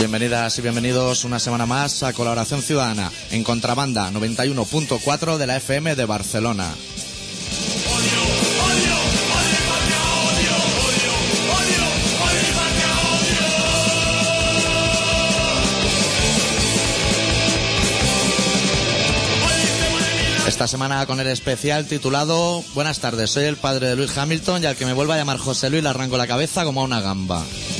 Bienvenidas y bienvenidos una semana más a Colaboración Ciudadana en Contrabanda 91.4 de la FM de Barcelona. Esta semana con el especial titulado Buenas tardes, soy el padre de Luis Hamilton y al que me vuelva a llamar José Luis le arranco la cabeza como a una gamba.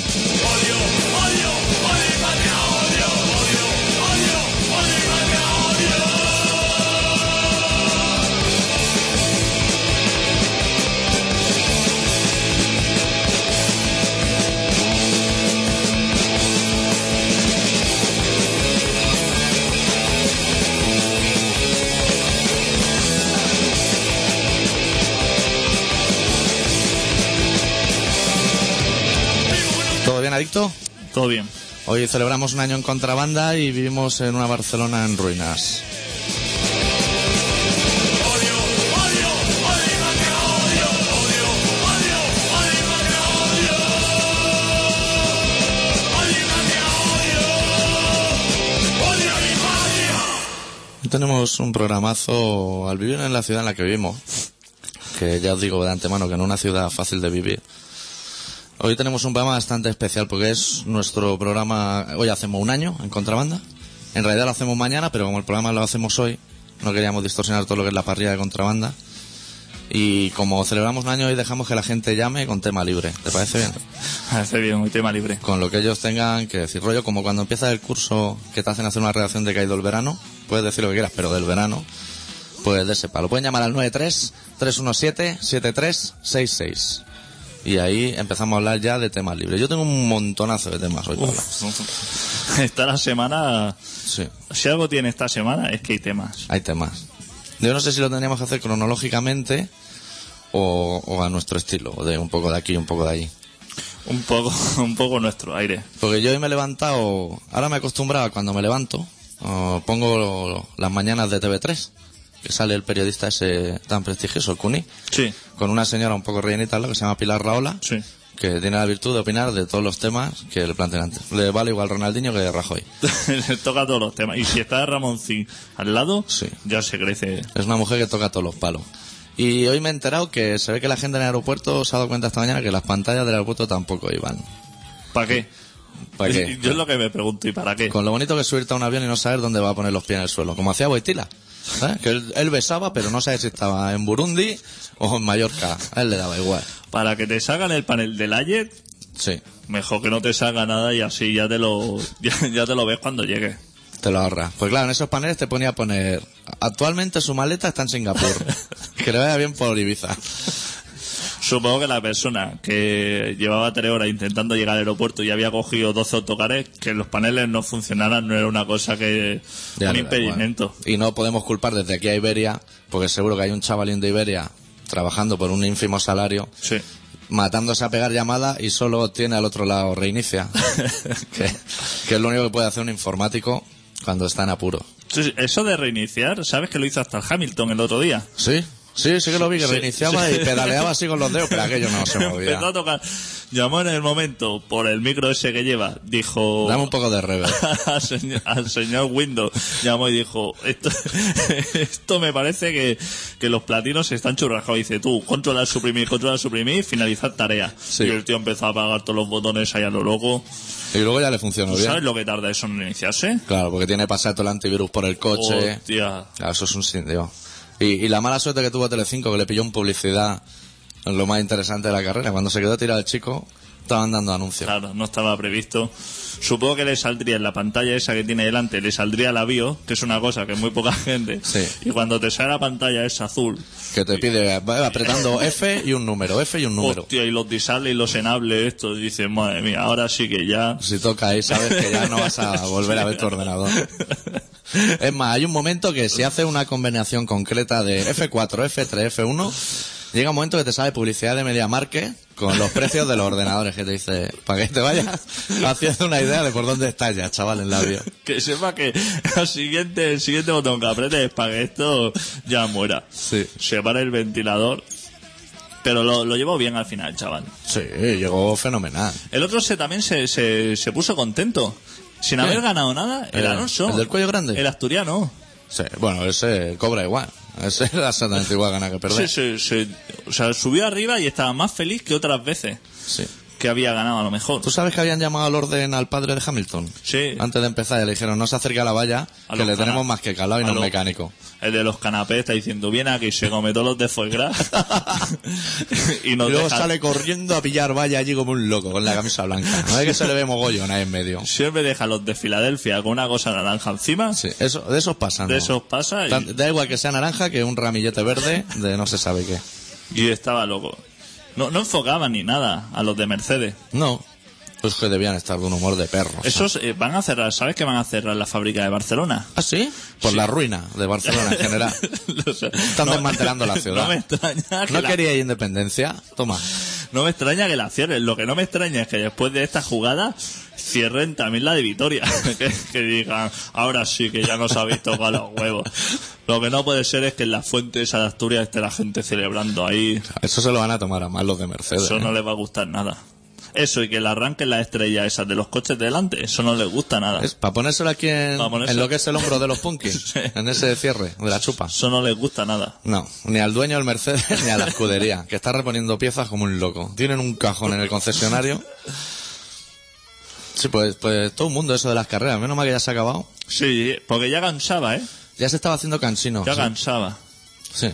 ¿Todo bien, adicto? Todo bien. Hoy celebramos un año en Contrabanda y vivimos en una Barcelona en ruinas. Tenemos un programazo al vivir en la ciudad en la que vivimos, que ya os digo de antemano que no es una ciudad fácil de vivir. Hoy tenemos un programa bastante especial porque es nuestro programa. Hoy hacemos un año en Contrabanda. En realidad lo hacemos mañana, pero como el programa lo hacemos hoy, no queríamos distorsionar todo lo que es la parrilla de Contrabanda. Y como celebramos un año, hoy dejamos que la gente llame con tema libre. ¿Te parece bien? Parece bien, un tema libre. Con lo que ellos tengan que decir, rollo, como cuando empieza el curso que te hacen hacer una redacción de que ha ido el verano. Puedes decir lo que quieras, pero del verano, pues de ese palo. Pueden llamar al 93-317-7366. Y ahí empezamos a hablar ya de temas libres. Yo tengo un montonazo de temas hoy para hablar. Esta la semana... Sí. Si algo tiene esta semana es que hay temas. Hay temas. Yo no sé si lo tendríamos que hacer cronológicamente o a nuestro estilo, de un poco de aquí y un poco de allí. Un poco nuestro aire. Porque yo hoy me he levantado... Ahora me he acostumbrado a cuando me levanto, pongo las mañanas de TV3, que sale el periodista ese tan prestigioso, el Cuní. Sí. Con una señora un poco rellenita, que se llama Pilar Rahola. Sí. Que tiene la virtud de opinar de todos los temas que le plantean antes. Le vale igual Ronaldinho que Rajoy. Le toca todos los temas. Y si está Ramoncín al lado, sí, ya se crece. Es una mujer que toca todos los palos. Y hoy me he enterado que se ve que la gente en el aeropuerto se ha dado cuenta esta mañana que las pantallas del aeropuerto tampoco iban. ¿Para qué? ¿Para qué? Yo es lo que me pregunto, ¿y para qué? Con lo bonito que es subirte a un avión y no saber dónde va a poner los pies en el suelo. Como hacía Boitila. ¿Eh? Que él besaba, pero no sabía si estaba en Burundi o en Mallorca. A él le daba igual. Para que te salgan el panel del ayer, sí, mejor que no te salga nada y así ya te lo ves cuando llegue. Te lo ahorras. Pues claro, en esos paneles te ponía a poner... Actualmente su maleta está en Singapur. Que le vaya bien por Ibiza. Supongo que la persona que llevaba 3 horas intentando llegar al aeropuerto y había cogido 12 autocares, que los paneles no funcionaran no era una cosa que... Ya un impedimento. Bueno. Y no podemos culpar desde aquí a Iberia, porque seguro que hay un chavalín de Iberia trabajando por un ínfimo salario, sí, matándose a pegar llamadas y solo tiene al otro lado reinicia. que es lo único que puede hacer un informático cuando está en apuro. Sí, eso de reiniciar, ¿sabes que lo hizo hasta el Hamilton el otro día? Sí. Sí que lo vi, que reiniciaba y pedaleaba así con los dedos, pero aquello no se movía. Empezó a tocar. Llamó en el momento por el micro ese que lleva, dijo... Dame un poco de reverb. al señor Windows, llamó y dijo, esto me parece que los platinos se están churrascados. Dice, tú, controlar, suprimir, finalizar tarea. Sí. Y el tío empezó a apagar todos los botones ahí a lo loco. Y luego ya le funcionó bien. ¿Sabes lo que tarda eso en iniciarse? Claro, porque tiene pasado todo el antivirus por el coche. Hostia. Claro, eso es un sindio. Y la mala suerte que tuvo Telecinco, que le pilló en publicidad en lo más interesante de la carrera. Cuando se quedó tirado el chico, estaban dando anuncios. Claro, no estaba previsto. Supongo que le saldría en la pantalla esa que tiene delante, le saldría la bio, que es una cosa que muy poca gente. Sí. Y cuando te sale la pantalla es azul. Que te pide, apretando F y un número, F y un número. Hostia, y los disable y los enable, esto, dices, madre mía, ahora sí que ya... Si toca ahí, sabes que ya no vas a volver a ver tu ordenador. Es más, hay un momento que si hace una combinación concreta de F4, F3, F1, llega un momento que te sale publicidad de MediaMarkt con los precios de los ordenadores, que te dice, para que te vayas haciendo una idea de por dónde estás ya, chaval, en la bio. Que sepa que el siguiente botón que apretes es para que esto ya muera. Sí. Se para el ventilador. Pero lo llevó bien al final, chaval. Sí, llegó fenomenal. El otro también se puso contento. sin haber ganado nada, el Alonso. ¿El del cuello grande? El asturiano. Sí, bueno, ese cobra igual. Ese era exactamente igual ganar que perder. Sí. O sea, subió arriba y estaba más feliz que otras veces Sí. que había ganado a lo mejor. ¿Tú sabes que habían llamado al orden al padre de Hamilton? Sí. Antes de empezar, y le dijeron, no se acerque a la valla, A que los le tenemos más que calado y no es mecánico. El de los canapés está diciendo, viene aquí, se come todos los de foie gras. y Y nos luego deja... sale corriendo a pillar valla allí como un loco, con la camisa blanca. No es que se le ve mogollón ahí en medio. Siempre deja los de Filadelfia con una cosa naranja encima. Sí, eso, de esos pasan. De esos pasa Da igual que sea naranja que un ramillete verde de no se sabe qué. y estaba loco. No enfocaban ni nada a los de Mercedes. No, pues que debían estar de un humor de perro. Esos van a cerrar, ¿sabes que van a cerrar la fábrica de Barcelona? ¿Ah, sí? Por Sí. la ruina de Barcelona en general. Están desmantelando la ciudad. No me extraña que ¿No queríais independencia? Toma. no me extraña que la cierren. Lo que no me extraña es que después de esta jugada cierren también la de Vitoria. que digan, ahora sí que ya nos habéis tocado los huevos. Lo que no puede ser es que en la fuente esa de Asturias esté la gente celebrando ahí. Eso se lo van a tomar a mal los de Mercedes. Eso no les va a gustar nada. Eso y que le arranquen las estrellas esas de los coches de delante, eso no les gusta nada. Es para ponérselo aquí en lo que es el hombro de los punkis, Sí. en ese cierre de la chupa. Eso no les gusta nada. No, ni al dueño del Mercedes ni a la escudería, que está reponiendo piezas como un loco. Tienen un cajón en el concesionario. Sí, pues todo el mundo eso de las carreras. Menos mal que ya se ha acabado. Sí, porque ya cansaba, ¿eh? Ya se estaba haciendo cansino. Ya sí. cansaba. Sí.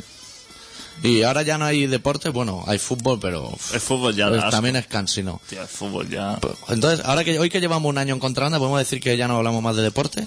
Y ahora ya no hay deporte, bueno, hay fútbol, pero El fútbol ya pues da asco. también es cansino. Tío, el fútbol ya... Entonces, hoy que llevamos un año en contrabanda, ¿podemos decir que ya no hablamos más de deporte?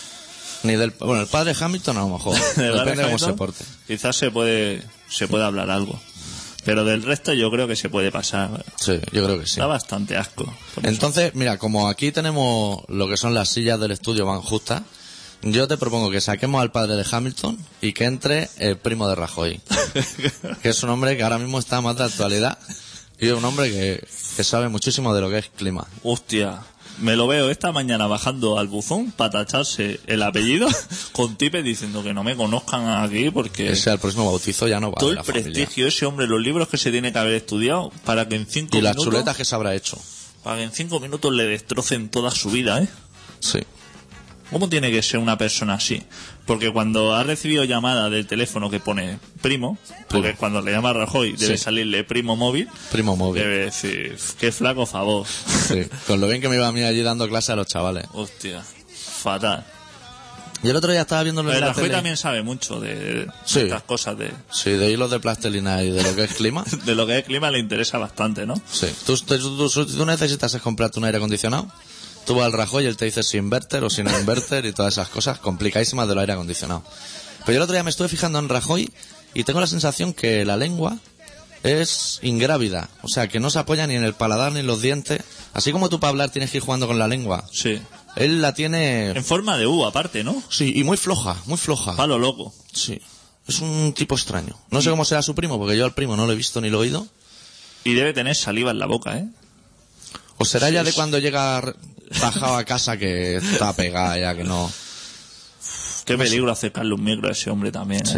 Ni del... Bueno, el padre Hamilton a lo mejor. Depende de cómo se porte. Quizás se puede hablar algo. Pero del resto yo creo que se puede pasar. Sí, yo creo que sí. Da bastante asco. Por eso. Entonces, mira, como aquí tenemos lo que son las sillas del estudio van justas, yo te propongo que saquemos al padre de Hamilton y que entre el primo de Rajoy, que es un hombre que ahora mismo está más de actualidad y es un hombre que sabe muchísimo de lo que es clima. Hostia, me lo veo esta mañana bajando al buzón para tacharse el apellido con tipe diciendo que no me conozcan aquí porque... Ese al próximo bautizo ya no va todo de el la familia. prestigio, ese hombre, los libros que se tiene que haber estudiado para que en 5 Y las minutos... chuletas que se habrá hecho. Para que en 5 minutos le destrocen toda su vida, ¿eh? Sí. ¿Cómo tiene que ser una persona así? Porque cuando ha recibido llamada del teléfono que pone primo, porque Primo. cuando le llama a Rajoy debe Sí. salirle primo móvil, Primo móvil. debe decir, qué flaco favor. Sí. Con lo bien que me iba a mí allí dando clase a los chavales. Hostia, fatal. Y el otro día estaba viéndolo en El la Rajoy tele. también sabe mucho de Sí. estas cosas, Sí, de hilos de plastelina y de lo que es clima. de lo que es clima le interesa bastante, ¿no? Sí. ¿Tú necesitas es comprarte un aire acondicionado? Tú vas al Rajoy y él te dice si inverter o si no inverter y todas esas cosas complicadísimas del aire acondicionado. Pero yo el otro día me estuve fijando en Rajoy y tengo la sensación que la lengua es ingrávida. O sea, que no se apoya ni en el paladar ni en los dientes. Así como tú para hablar tienes que ir jugando con la lengua. Sí. Él la tiene... En forma de U, aparte, ¿no? Sí, y muy floja, muy floja. Palo loco. Sí. Es un tipo extraño. No sé cómo será su primo, porque yo al primo no lo he visto ni lo he oído. Y debe tener saliva en la boca, ¿eh? O será Sí, ya de es- cuando llega bajado a casa que está pegada ya, que no... Qué peligro acercarle un micro a ese hombre también, ¿eh? Sí.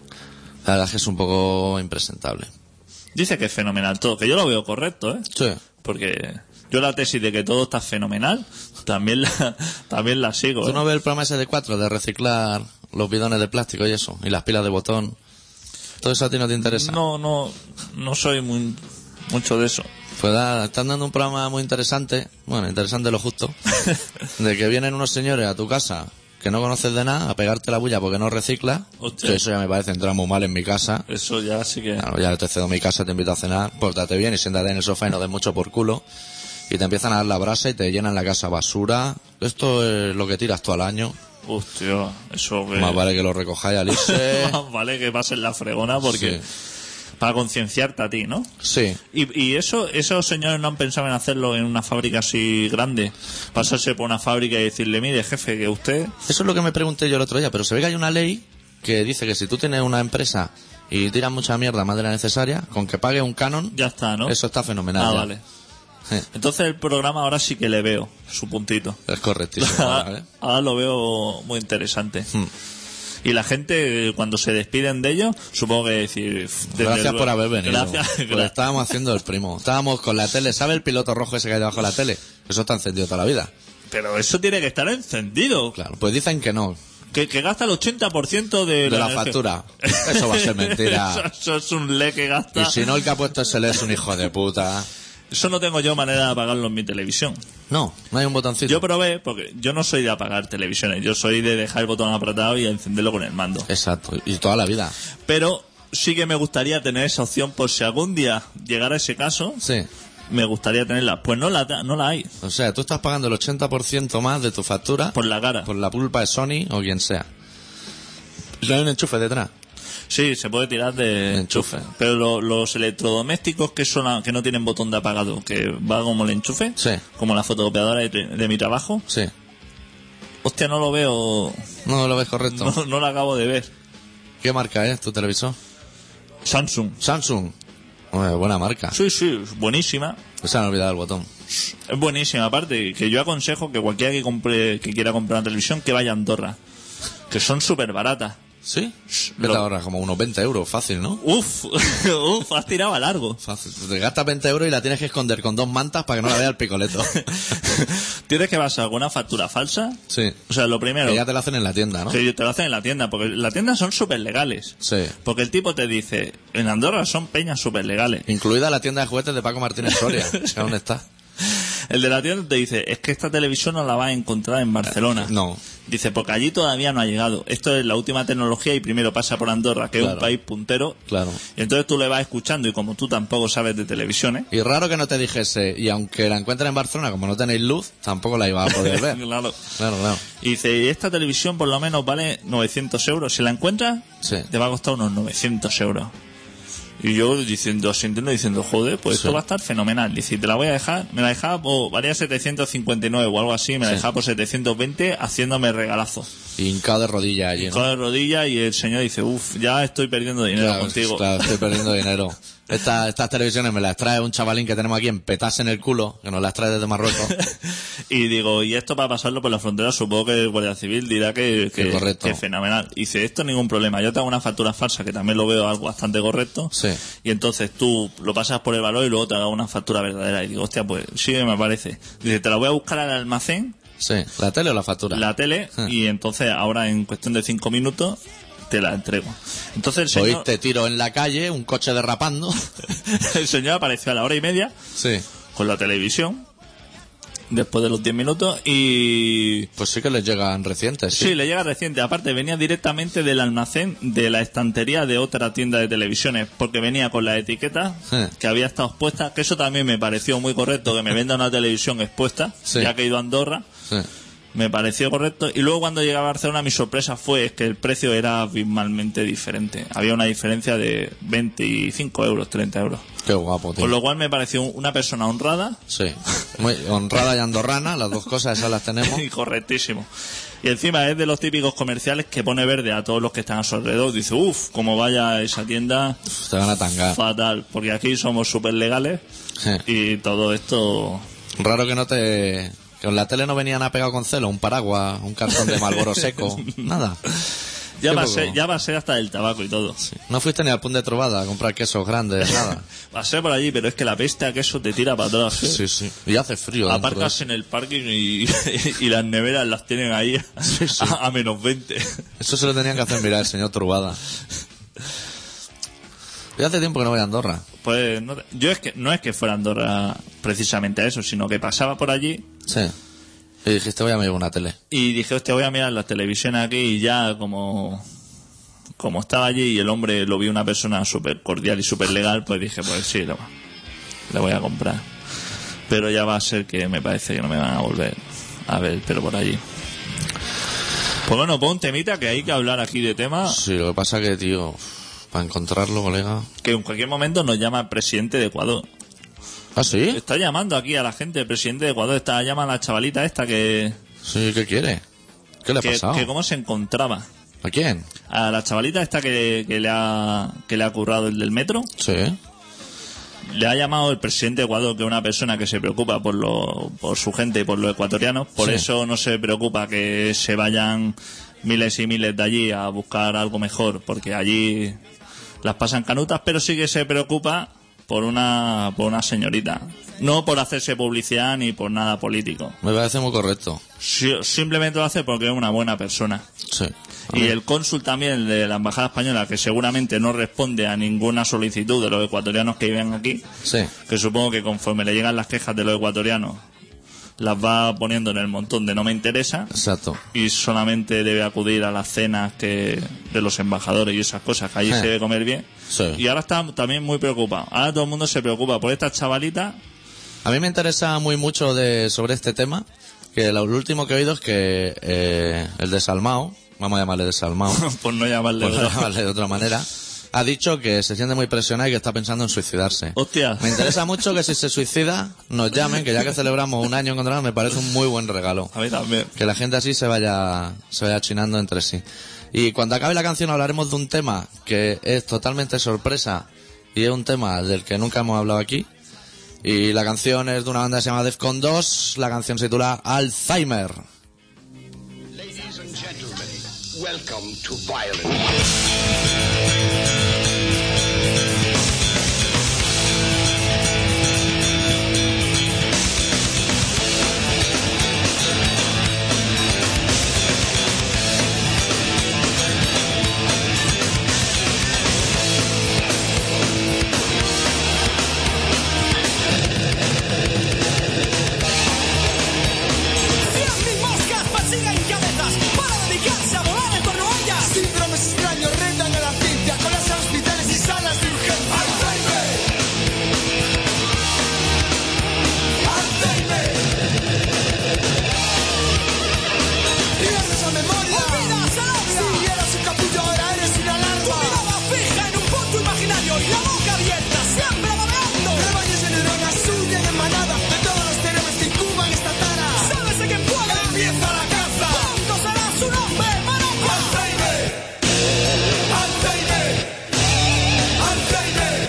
La verdad es que es un poco impresentable. Dice que es fenomenal todo, que yo lo veo correcto, ¿eh? Sí. Porque yo la tesis de que todo está fenomenal también la sigo, ¿Tú ¿eh? no ves el programa ese de 4 de reciclar los bidones de plástico y eso? Y las pilas de botón. ¿Todo eso a ti no te interesa? No soy mucho de eso. Pues están dando un programa muy interesante, bueno, interesante lo justo, de que vienen unos señores a tu casa que no conoces de nada a pegarte la bulla porque no reciclas. Hostia. Que eso ya me parece entrar muy mal en mi casa. Eso ya sí que... Claro, ya te cedo mi casa, te invito a cenar, pórtate bien y siéntate en el sofá y no des mucho por culo. Y te empiezan a dar la brasa y te llenan la casa basura. Esto es lo que tiras tú al año. Hostia, eso que... Más vale que lo recojáis al irse. Más vale que pases la fregona porque... Sí. Para concienciarte a ti, ¿no? Sí. Y esos señores no han pensado en hacerlo en una fábrica así grande. Pasarse por una fábrica y decirle, mire, jefe, que usted... Eso es lo que me pregunté yo el otro día, pero se ve que hay una ley que dice que si tú tienes una empresa y tiras mucha mierda más de la necesaria, con que pague un canon, Ya está, ¿no? eso está fenomenal. Ah, ya. vale. Sí, Entonces el programa ahora sí que le veo su puntito. es correctísimo. ¿eh? Ahora lo veo muy interesante. Hmm. Y la gente, cuando se despiden de ellos, supongo que decir... desde Gracias luego- por haber venido. Gracias. Porque estábamos haciendo el primo. Estábamos con la tele. ¿Sabe el piloto rojo ese que hay debajo de la tele? Eso está encendido toda la vida. Pero eso tiene que estar encendido. Claro, pues dicen que no. Que gasta el 80% de De la energía. factura. Eso va a ser mentira. Eso es un le que gasta. Y si no, el que ha puesto ese LED es un hijo de puta. Eso no tengo yo manera de apagarlo en mi televisión. No hay un botoncito. Yo probé, porque yo no soy de apagar televisiones, yo soy de dejar el botón apretado y encenderlo con el mando. Exacto, y toda la vida. Pero sí que me gustaría tener esa opción por si algún día llegara ese caso, Sí. me gustaría tenerla. Pues no la hay, O sea, tú estás pagando el 80% más de tu factura por la cara. por la culpa de Sony o quien sea. Y no hay un enchufe detrás. Sí, se puede tirar de Enchufe. Pero los electrodomésticos que no tienen botón de apagado, que va como el enchufe, Sí. como la fotocopiadora de mi trabajo, Sí. hostia, no lo veo, No lo ves correcto. no lo acabo de ver. ¿Qué marca es tu televisor? Samsung. Samsung. Hombre, buena marca. Sí, es buenísima. Se han olvidado el botón. Es buenísima, aparte, que yo aconsejo que cualquiera que quiera comprar una televisión que vaya a Andorra, que son súper baratas. ¿Sí? ¿Qué te ahorras? Como unos 20 euros, fácil, ¿no? Uf, has tirado a largo. Fácil. Te gastas 20 euros y la tienes que esconder con 2 mantas para que no la vea el picoleto. Tienes que pasar alguna factura falsa. Sí. O sea, lo primero, Que ya te la hacen en la tienda, ¿no? que te lo hacen en la tienda, porque en la tienda son súper legales. Sí. Porque el tipo te dice, en Andorra son peñas súper legales. Incluida la tienda de juguetes de Paco Martínez Soria. ¿Dónde está? El de la tienda te dice, es que esta televisión no la vas a encontrar en Barcelona. No. Dice, porque allí todavía no ha llegado. Esto es la última tecnología y primero pasa por Andorra, que es Claro. un país puntero. Claro. Y entonces tú le vas escuchando y como tú tampoco sabes de televisiones. Y raro que no te dijese, y aunque la encuentres en Barcelona, como no tenéis luz, tampoco la ibas a poder ver. Claro. Claro, claro. Y dice, y esta televisión por lo menos vale 900 euros. Si la encuentras, Sí. te va a costar unos 900 euros. Y yo diciendo, joder, pues Sí. esto va a estar fenomenal. Dice, te la voy a dejar, me la dejaba valía 759 o algo así, me la Sí. dejaba por 720 haciéndome regalazo. Hincado de rodillas allí, ¿no? Con de rodillas y el señor dice, ya estoy perdiendo dinero Claro, contigo. claro, estoy perdiendo dinero. Estas televisiones me las trae un chavalín que tenemos aquí en Petas en el culo, que nos las trae desde Marruecos. Y digo, y esto para pasarlo por la frontera, supongo que el Guardia Civil dirá que correcto. es fenomenal. Y dice, esto ningún problema. Yo te hago una factura falsa, que también lo veo algo bastante correcto. Sí. Y entonces tú lo pasas por el valor y luego te hago una factura verdadera. Y digo, hostia, pues sí me parece. Dice, te la voy a buscar al almacén, Sí. ¿La tele o la factura? la tele, Ah. y entonces ahora en cuestión de 5 minutos te la entrego. Entonces el señor, Oíste tiro en la calle, un coche derrapando. el señor apareció a la hora y media Sí. con la televisión, después de los 10 minutos, y Pues sí que les llegan recientes, sí, sí. le llega reciente. Aparte, venía directamente del almacén de la estantería de otra tienda de televisiones, porque venía con la etiqueta Sí. que había estado expuesta, que eso también me pareció muy correcto, que me venda una televisión expuesta, Sí. ya que he ido a Andorra. Sí. Me pareció correcto. Y luego cuando llegué a Barcelona, mi sorpresa fue que el precio era abismalmente diferente. Había una diferencia de 25 euros, 30 euros. Qué guapo, tío. Con lo cual me pareció una persona honrada Sí. Muy honrada y andorrana, las dos cosas esas las tenemos. y correctísimo. Y encima es de los típicos comerciales que pone verde a todos los que están a su alrededor. Dice, como vaya a esa tienda, Te van a tangar. fatal. Porque aquí somos súper legales Sí. y todo esto... Raro que no te... Que en la tele no venían a pegar con celo, un paraguas, un cartón de Marlboro seco, nada. Ya Qué va, a poco. ser, ya va a ser hasta el tabaco y todo. No fuiste ni al Punt de Trobada a comprar quesos grandes, nada. Va a ser por allí, pero es que la peste a queso te tira para atrás. ¿eh? Sí, sí. Y hace frío. dentro de Aparcas eso. en el parking y las neveras las tienen ahí Sí, sí. a menos 20. Eso se lo tenían que hacer mirar el señor Trubada. Yo hace tiempo que no voy a Andorra. Pues yo es que no es que fuera a Andorra precisamente a eso, sino que pasaba por allí Sí. Y dijiste, voy a mirar una tele. y dije, hostia, voy a mirar las televisiones aquí, y ya como estaba allí y el hombre lo vi una persona súper cordial y súper legal, pues dije, pues sí, le voy a comprar. Pero ya va a ser que me parece que no me van a volver a ver, pero por allí. Pues bueno, pon temita, que hay que hablar aquí de temas Sí, lo que pasa que, tío, para encontrarlo, colega... que en cualquier momento nos llama el presidente de Ecuador. ¿Ah, sí? Está llamando aquí a la gente, el presidente de Ecuador está llamando a la chavalita esta que Sí, ¿qué quiere? ¿Qué le ha pasado? que cómo se encontraba. ¿A quién? A la chavalita esta que le ha currado el del metro, Sí. le ha llamado el presidente de Ecuador, que es una persona que se preocupa por su gente y por los ecuatorianos, por Sí. eso no se preocupa que se vayan miles y miles de allí a buscar algo mejor, porque allí las pasan canutas, pero sí que se preocupa por una señorita. No por hacerse publicidad ni por nada político. Me parece muy correcto. Simplemente lo hace porque es una buena persona. Sí. Y el cónsul también de la Embajada Española, que seguramente no responde a ninguna solicitud de los ecuatorianos que viven aquí, Sí. que supongo que conforme le llegan las quejas de los ecuatorianos, las va poniendo en el montón de no me interesa, Exacto. y solamente debe acudir a las cenas de los embajadores y esas cosas, que allí se debe comer bien. Sí. Y ahora está también muy preocupado. Ahora todo el mundo se preocupa por esta chavalita. A mí me interesa muy mucho sobre este tema, que lo último que he oído es que el desalmado, vamos a llamarle desalmado, Por no llamarle por no otra. llamarle de otra manera, ha dicho que se siente muy presionado y que está pensando en suicidarse. Hostia. Me interesa mucho que si se suicida nos llamen, que ya que celebramos un año encontrado me parece un muy buen regalo. A mí también. Que la gente así se vaya chinando entre sí. Y cuando acabe la canción hablaremos de un tema que es totalmente sorpresa y es un tema del que nunca hemos hablado aquí. Y la canción es de una banda que se llama Defcon 2, la canción se titula Alzheimer. Ladies and gentlemen, welcome to violence. Para dedicarse a volar en torno a ellas. Síndromes extraños retan a la ciencia con las hospitales y salas de urgencia. Alzheimer. Alzheimer. Pierdes la memoria. Olvidas el obvio. Si eras un capullo ahora eres una alarma. Tu mirada fija en un punto imaginario y la boca abierta, siempre babeando. Rebaños de neuronas huyen en manada de todos los cerebros que incuban esta tara. Sabes de quién puede. Empieza la caza. Pronto serás un hombre manoja. Alzheimer. Alzheimer. Alzheimer.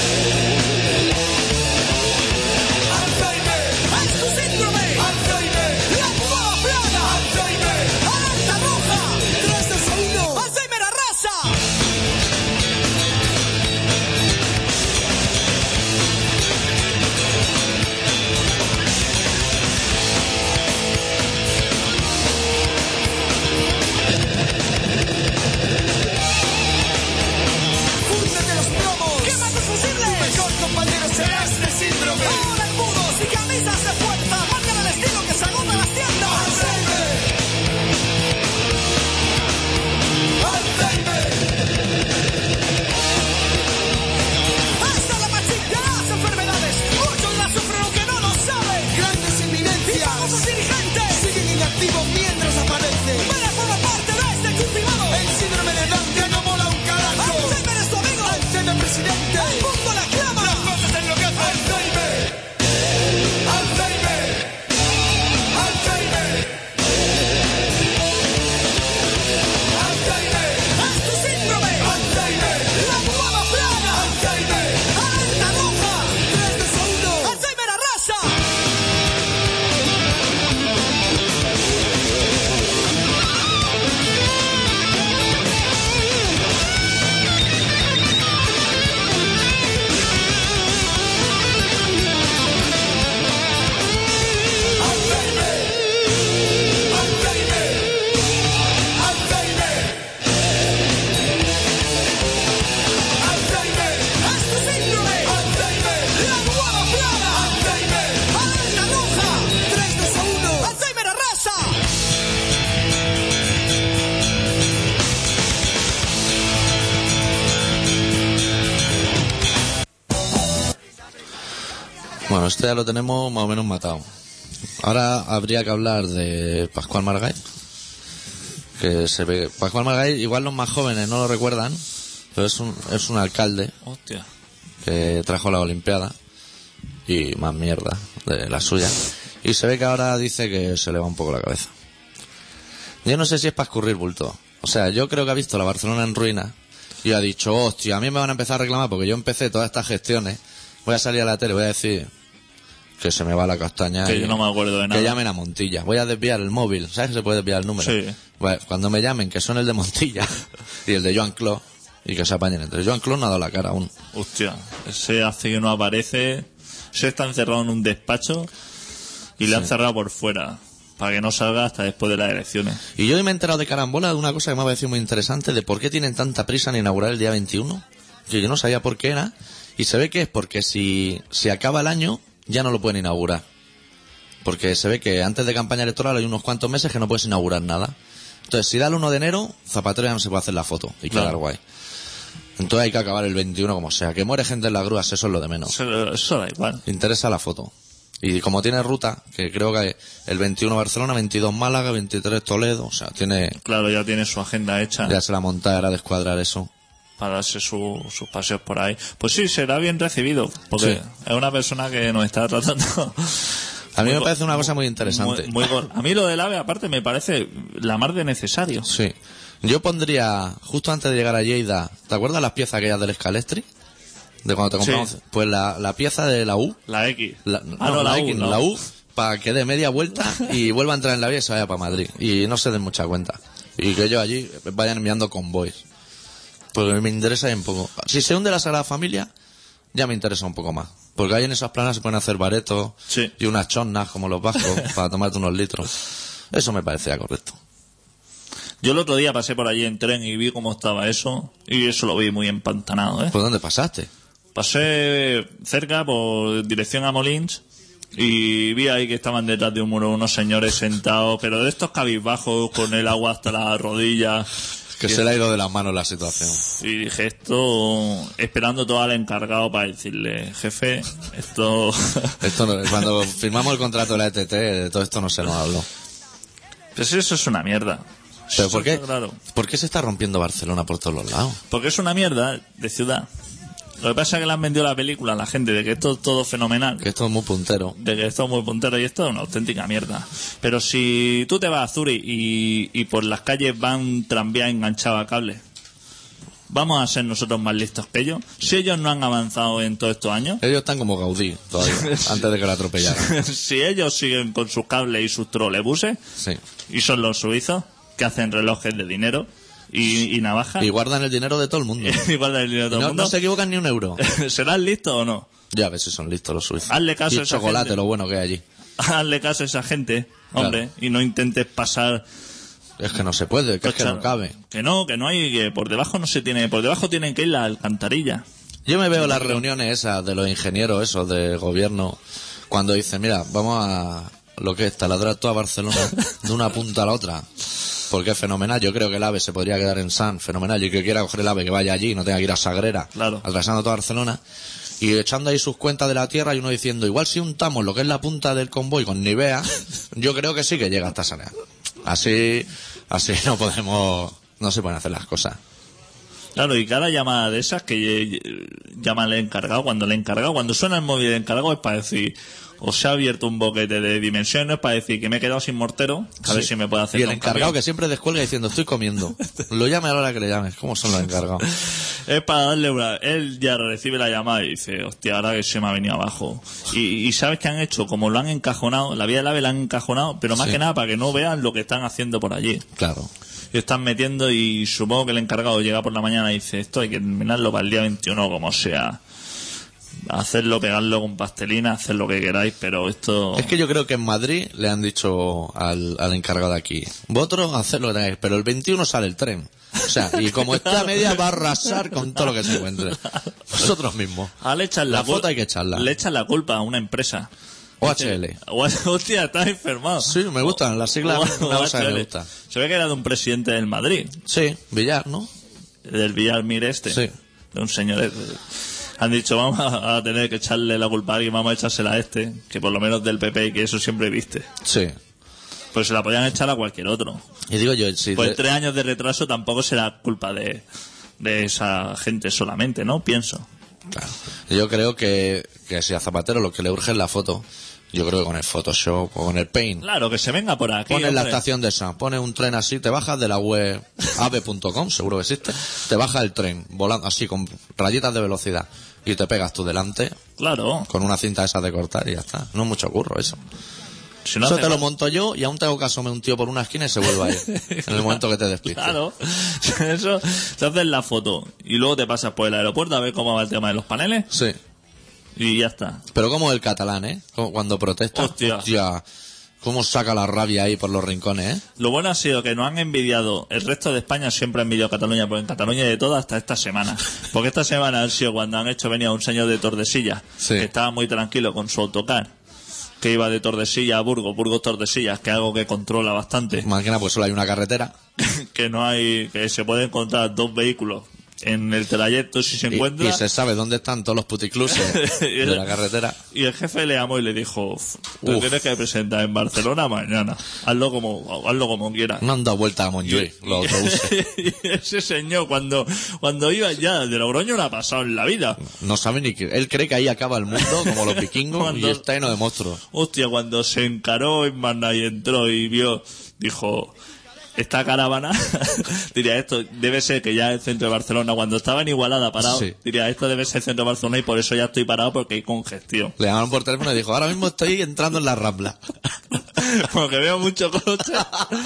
Alzheimer. Es tu síndrome. Alzheimer. La nueva plaga. Alzheimer. Alerta roja. 3, 2, 1. Alzheimer arrasa. Fúndete los plomos. Quema tus fusibles. Tu mejor compañero será este síndrome. Ahora en mudos y camisas de fuerza. Marcan el estilo que se agota en las tiendas. Alzheimer. Alzheimer. Hasta la matriz de las enfermedades. Muchos las sufren aunque no lo saben. Grandes inminencias. Y famosos dirigentes siguen inactivos mientras aparecen. Ven a formar parte de este club privado. El síndrome de Down ya no mola un carajo. Alzheimer es tu amigo. Alzheimer presidente. El mundo le aclama. Las cosas en lo que hace. Alzheimer. Alzheimer. Alzheimer. Alzheimer. Es tu síndrome. Alzheimer. La nueva plaga. Alzheimer. Alerta roja. 3, 2, 1. Alzheimer arrasa. Alzheimer. Alzheimer. Alzheimer. Alzheimer. Es tu síndrome. Alzheimer. La nueva plaga. Alzheimer. Alerta roja. 3, 2, 1. Alzheimer arrasa. Bueno, este ya lo tenemos más o menos matado. Ahora habría que hablar de Pascual Margall. Que se ve. Pascual Margall, igual los más jóvenes no lo recuerdan, pero es un alcalde Hostia. que trajo la Olimpiada y más mierda de la suya. Y se ve que ahora dice que se le va un poco la cabeza. Yo no sé si es para escurrir bulto. O sea, yo creo que ha visto la Barcelona en ruina y ha dicho, hostia, a mí me van a empezar a reclamar porque yo empecé todas estas gestiones. Voy a salir a la tele, voy a decir que se me va la castaña. Que y yo no me acuerdo de nada. Que llamen a Montilla. Voy a desviar el móvil. ¿Sabes que se puede desviar el número? Sí. Bueno, cuando me llamen, que son el de Montilla y el de Joan Clos, y que se apañen entre. Joan Clos no ha dado la cara aún. Hostia, ese hace que no aparece. Ese está encerrado en un despacho y le han cerrado por fuera para que no salga hasta después de las elecciones. Y yo me he enterado de carambola de una cosa que me ha parecido muy interesante, de por qué tienen tanta prisa en inaugurar el día 21. Que yo no sabía por qué era. Y se ve que es porque si acaba el año, ya no lo pueden inaugurar. Porque se ve que antes de campaña electoral hay unos cuantos meses que no puedes inaugurar nada. Entonces, si da el 1 de enero, Zapatero ya no se puede hacer la foto y quedar guay. Entonces hay que acabar el 21 como sea. Que muere gente en las grúas, eso es lo de menos. Eso da igual. Interesa la foto. Y como tiene ruta, que creo que el 21 Barcelona, 22 Málaga, 23 Toledo, o sea, tiene... Claro, ya tiene su agenda hecha. Ya se la montará de escuadrar eso. Para darse sus paseos por ahí. Pues sí, será bien recibido, porque es una persona que nos está tratando... A mí me parece una cosa muy interesante. A mí lo del AVE, aparte, me parece la mar de necesario. Sí. Yo pondría, justo antes de llegar a Lleida, ¿te acuerdas las piezas aquellas del Scalestri? De cuando te compramos. Sí. Pues la pieza de la U. La X. La X, la U, para que dé media vuelta y vuelva a entrar en la vía y se vaya para Madrid. Y no se den mucha cuenta. Y que ellos allí vayan enviando convoys. Porque me interesa un poco. Si se hunde la Sagrada Familia, ya me interesa un poco más. Porque ahí en esas planas se pueden hacer baretos y unas chornas como los vascos para tomarte unos litros. Eso me parecía correcto. Yo el otro día pasé por allí en tren y vi cómo estaba eso. Y eso lo vi muy empantanado, ¿eh? ¿Por dónde pasaste? Pasé cerca por dirección a Molins y vi ahí que estaban detrás de un muro unos señores sentados, pero de estos cabizbajos con el agua hasta las rodillas. Que se le ha ido de las manos la situación. Y dije, esto, esperando todo al encargado para decirle, jefe, esto... Esto no, cuando firmamos el contrato de la ETT, de todo esto no se nos habló. Pues eso es una mierda. ¿Pero por qué? Claro. ¿Por qué se está rompiendo Barcelona por todos los lados? Porque es una mierda de ciudad. Lo que pasa es que le han vendido la película a la gente de que esto es todo fenomenal. Que esto es muy puntero. De que esto es muy puntero y esto es una auténtica mierda. Pero si tú te vas a Zurich y por las calles van tranvías enganchados a cables, ¿vamos a ser nosotros más listos que ellos? Si ellos no han avanzado en todos estos años. Ellos están como Gaudí todavía, antes de que la atropellaran. Si ellos siguen con sus cables y sus trolebuses, y son los suizos que hacen relojes de dinero y navajas. Y guardan el dinero de todo el mundo. Y guardan el dinero de todo el mundo. No se equivocan ni un euro. ¿Serán listos o no? Ya ves si son listos los suizos. Hazle caso y a esa chocolate, gente. Lo bueno que hay allí. Hazle caso a esa gente, hombre, Claro. y no intentes pasar... Es que no se puede, que es que no cabe. Que no hay, que por debajo no se tiene... Por debajo tienen que ir las alcantarillas. Yo me veo las reuniones esas de los ingenieros, esos de gobierno, cuando dicen, mira, vamos a lo que es taladrar toda Barcelona de una punta a la otra. Porque es fenomenal. Yo creo que el AVE se podría quedar en San, fenomenal. Y que quiera coger el AVE que vaya allí y no tenga que ir a Sagrera, claro, atravesando toda Barcelona. Y echando ahí sus cuentas de la tierra y uno diciendo, igual si untamos lo que es la punta del convoy con Nivea, yo creo que sí que llega hasta Sagrera. Así no se pueden hacer las cosas. Claro, y cada llamada de esas que llama el encargado, cuando suena el móvil del encargado es para decir, o se ha abierto un boquete de dimensiones para decir que me he quedado sin mortero, a ver si me puede hacer. Y el encargado que siempre descuelga diciendo, estoy comiendo. Lo llame a la hora que le llames. ¿Cómo son los encargados? Es para darle una... Él ya recibe la llamada y dice, hostia, ahora que se me ha venido abajo. Y ¿sabes qué han hecho? Como lo han encajonado, la vía del AVE la han encajonado, pero más que nada para que no vean lo que están haciendo por allí. Claro. Y están metiendo y supongo que el encargado llega por la mañana y dice, esto hay que terminarlo para el día 21 como sea. Hacerlo, pegarlo con pastelina, hacer lo que queráis, pero esto... Es que yo creo que en Madrid le han dicho al encargado de aquí, vosotros haced lo que tengáis, pero el 21 sale el tren. O sea, y como está a media va a arrasar con todo lo que se encuentre. Vosotros mismos. Le echan la foto hay que echarla. Le echan la culpa a una empresa. OHL. Hostia, estás enfermado. Sí, me gustan las siglas. Una cosa que me gusta. Se ve que era de un presidente del Madrid. Sí, Villar, ¿no? Del Villar Mir Sí. De un señor... Han dicho, vamos a tener que echarle la culpa a alguien, vamos a echársela a este, que por lo menos del PP, que eso siempre viste. Sí. Pues se la podían echar a cualquier otro. Y digo yo, sí. Pues 3 años de retraso tampoco será culpa de esa gente solamente, ¿no? Pienso. Claro. Yo creo que si a Zapatero lo que le urge es la foto, yo creo que con el Photoshop o con el Paint. Claro, que se venga por aquí. Pones la estación de San, pones un tren así, te bajas de la web ave.com, seguro que existe, te baja el tren, volando así, con rayitas de velocidad, y te pegas tú delante. Claro. Con una cinta esa de cortar y ya está. No es mucho curro eso. Si no Eso hace te lo falta. monto yo y aún tengo que asomar un tío por una esquina y se vuelve a ir. En el momento que te despistes. Claro, eso, te haces la foto y luego te pasas por el aeropuerto a ver cómo va el tema de los paneles Sí. y ya está. Pero como el catalán, ¿eh? Como cuando protesta. Hostia. Cómo saca la rabia ahí por los rincones, ¿eh? Lo bueno ha sido que no han envidiado, el resto de España siempre ha envidiado a Cataluña, porque en Cataluña hay de todo hasta esta semana. Porque esta semana han sido cuando han hecho venir a un señor de Tordesillas, Sí. que estaba muy tranquilo con su autocar, que iba de Tordesillas a Burgos Tordesillas, que es algo que controla bastante, Máquina, pues solo hay una carretera. que no hay, que se pueden encontrar dos vehículos en el trayecto si se encuentra. Y se sabe dónde están todos los puticluses de la carretera. Y el jefe le llamó y le dijo, te tienes que presentar en Barcelona mañana, hazlo como quieras. No han dado vuelta a Montjuïc, los autobuses. Y ese señor cuando iba ya de Logroño no ha pasado en la vida. No sabe ni que... Él cree que ahí acaba el mundo, como los vikingos, Cuando- y está lleno de monstruos. Hostia, cuando se encaró en Manna y entró y vio, dijo, esta caravana, diría, esto debe ser que ya el centro de Barcelona, cuando estaba en Igualada parado, Sí. diría, esto debe ser el centro de Barcelona y por eso ya estoy parado porque hay congestión. Le llamaron por teléfono y dijo, ahora mismo estoy entrando en la Rambla. Porque veo mucho coche.